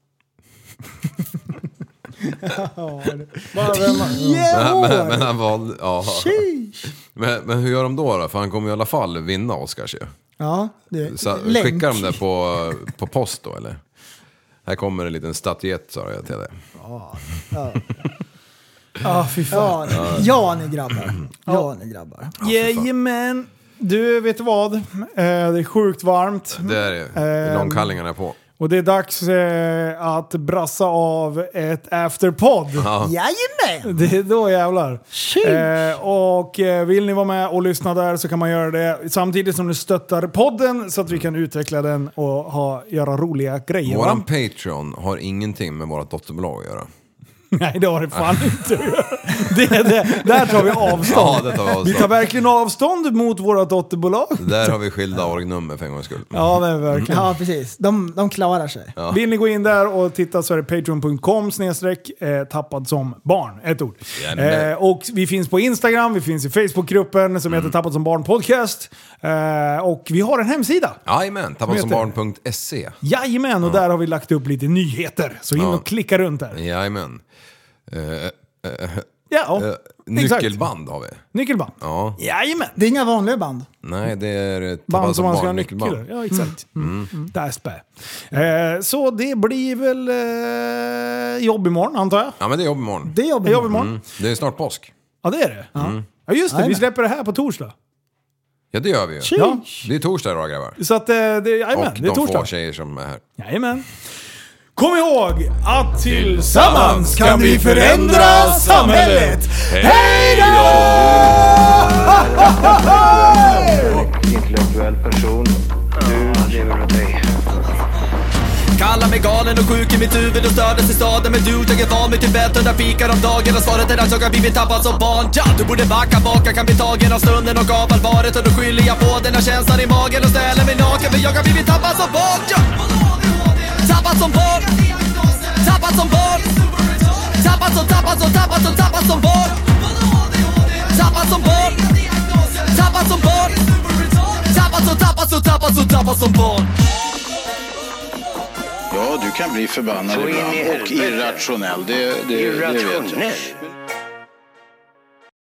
ja, men, men, men han valde... Ja. Men, men hur gör de då, då? För han kommer i alla fall vinna Oscars ju. Ja, det så, skickar de det på, på post då, eller? Här kommer en liten statyett, sa jag till dig. Ja, ja. Ah, fy fan. Ja, ja, ni grabbar. Ja, ni grabbar. Jajamän. Du, vet du vad? Eh, det är sjukt varmt. Det är det. Eh, Långkallingarna är på. Och det är dags eh, att brassa av ett afterpod. Ja. Jajamän! Det är då jävlar. Eh, och eh, vill ni vara med och lyssna där så kan man göra det samtidigt som ni stöttar podden så att vi kan utveckla den och ha, göra roliga grejer. Våran Va? Patreon har ingenting med vårt dotterbolag att göra. Nej, det har det fan inte att göra. Det, det, där tar vi avstånd. Ja, det tar vi avstånd. Vi tar verkligen avstånd mot våra dotterbolag. Där har vi skilda orgnummer för en gångs skull. Ja, det är verkligen. Ja, precis. De, de klarar sig. Ja. Vill ni gå in där och titta så är det patreon punkt com snedstreck eh, tappad som barn. Ett ord. Gärna. Eh, och vi finns på Instagram, vi finns i Facebookgruppen som heter Tappad som barn podcast. Eh, och vi har en hemsida. Jajamän, tappad-som-barn punkt se. Jajamän, och där har vi lagt upp lite nyheter. Så in Ja. och klicka runt där. Jajamän. Uh, uh, Ja, uh, exakt. nyckelband har vi. Nyckelband. Ja. Jajamän. Det är inga vanliga band. Nej, det är ett Band som man ska ha nyckelband. nyckel. Ja, exakt. Mm. Mm. Där spä. Eh, så det blir väl eh, jobb imorgon, antar jag. Ja, men det är jobb imorgon. Det är jobbigt. Det är jobb imorgon. Mm. Det är snart påsk. Ja, det är det. Ja, ja just det. Vi Jajamän. släpper det här på torsdag. Ja, det gör vi ju. Ja. Det är torsdag idag, grabbar. Så att eh, det, jajamän, Och det är de torsdag. få tjejer som är här. Jajamän. Kom ihåg att tillsammans kan vi förändra samhället. Hej då! Intellektuell person. Du lever åt dig. Kallar mig galen och sjuk i mitt huvud och stördes i staden. Men du, jag är van vid Tibet under fikar om dagen. Och svaret är att jag har blivit tappad som barn. Ja, du borde backa bak, jag kan bli tagen av stunden och av allvaret. Och då skyller jag på den här känslan i magen och ställer mig naken. För jag har blivit tappad som barn. Ja. Tappad som barn. Tappad som barn. Tappad som, tappad som, tappad som, tappad som barn. Tappad som barn. Tappad som barn. Tappad som, tappad som, tappad som, tappad som barn. Ja, du kan bli förbannad Så in i ibland och helvete. irrationell. Det, det, det vet jag. Irrationell.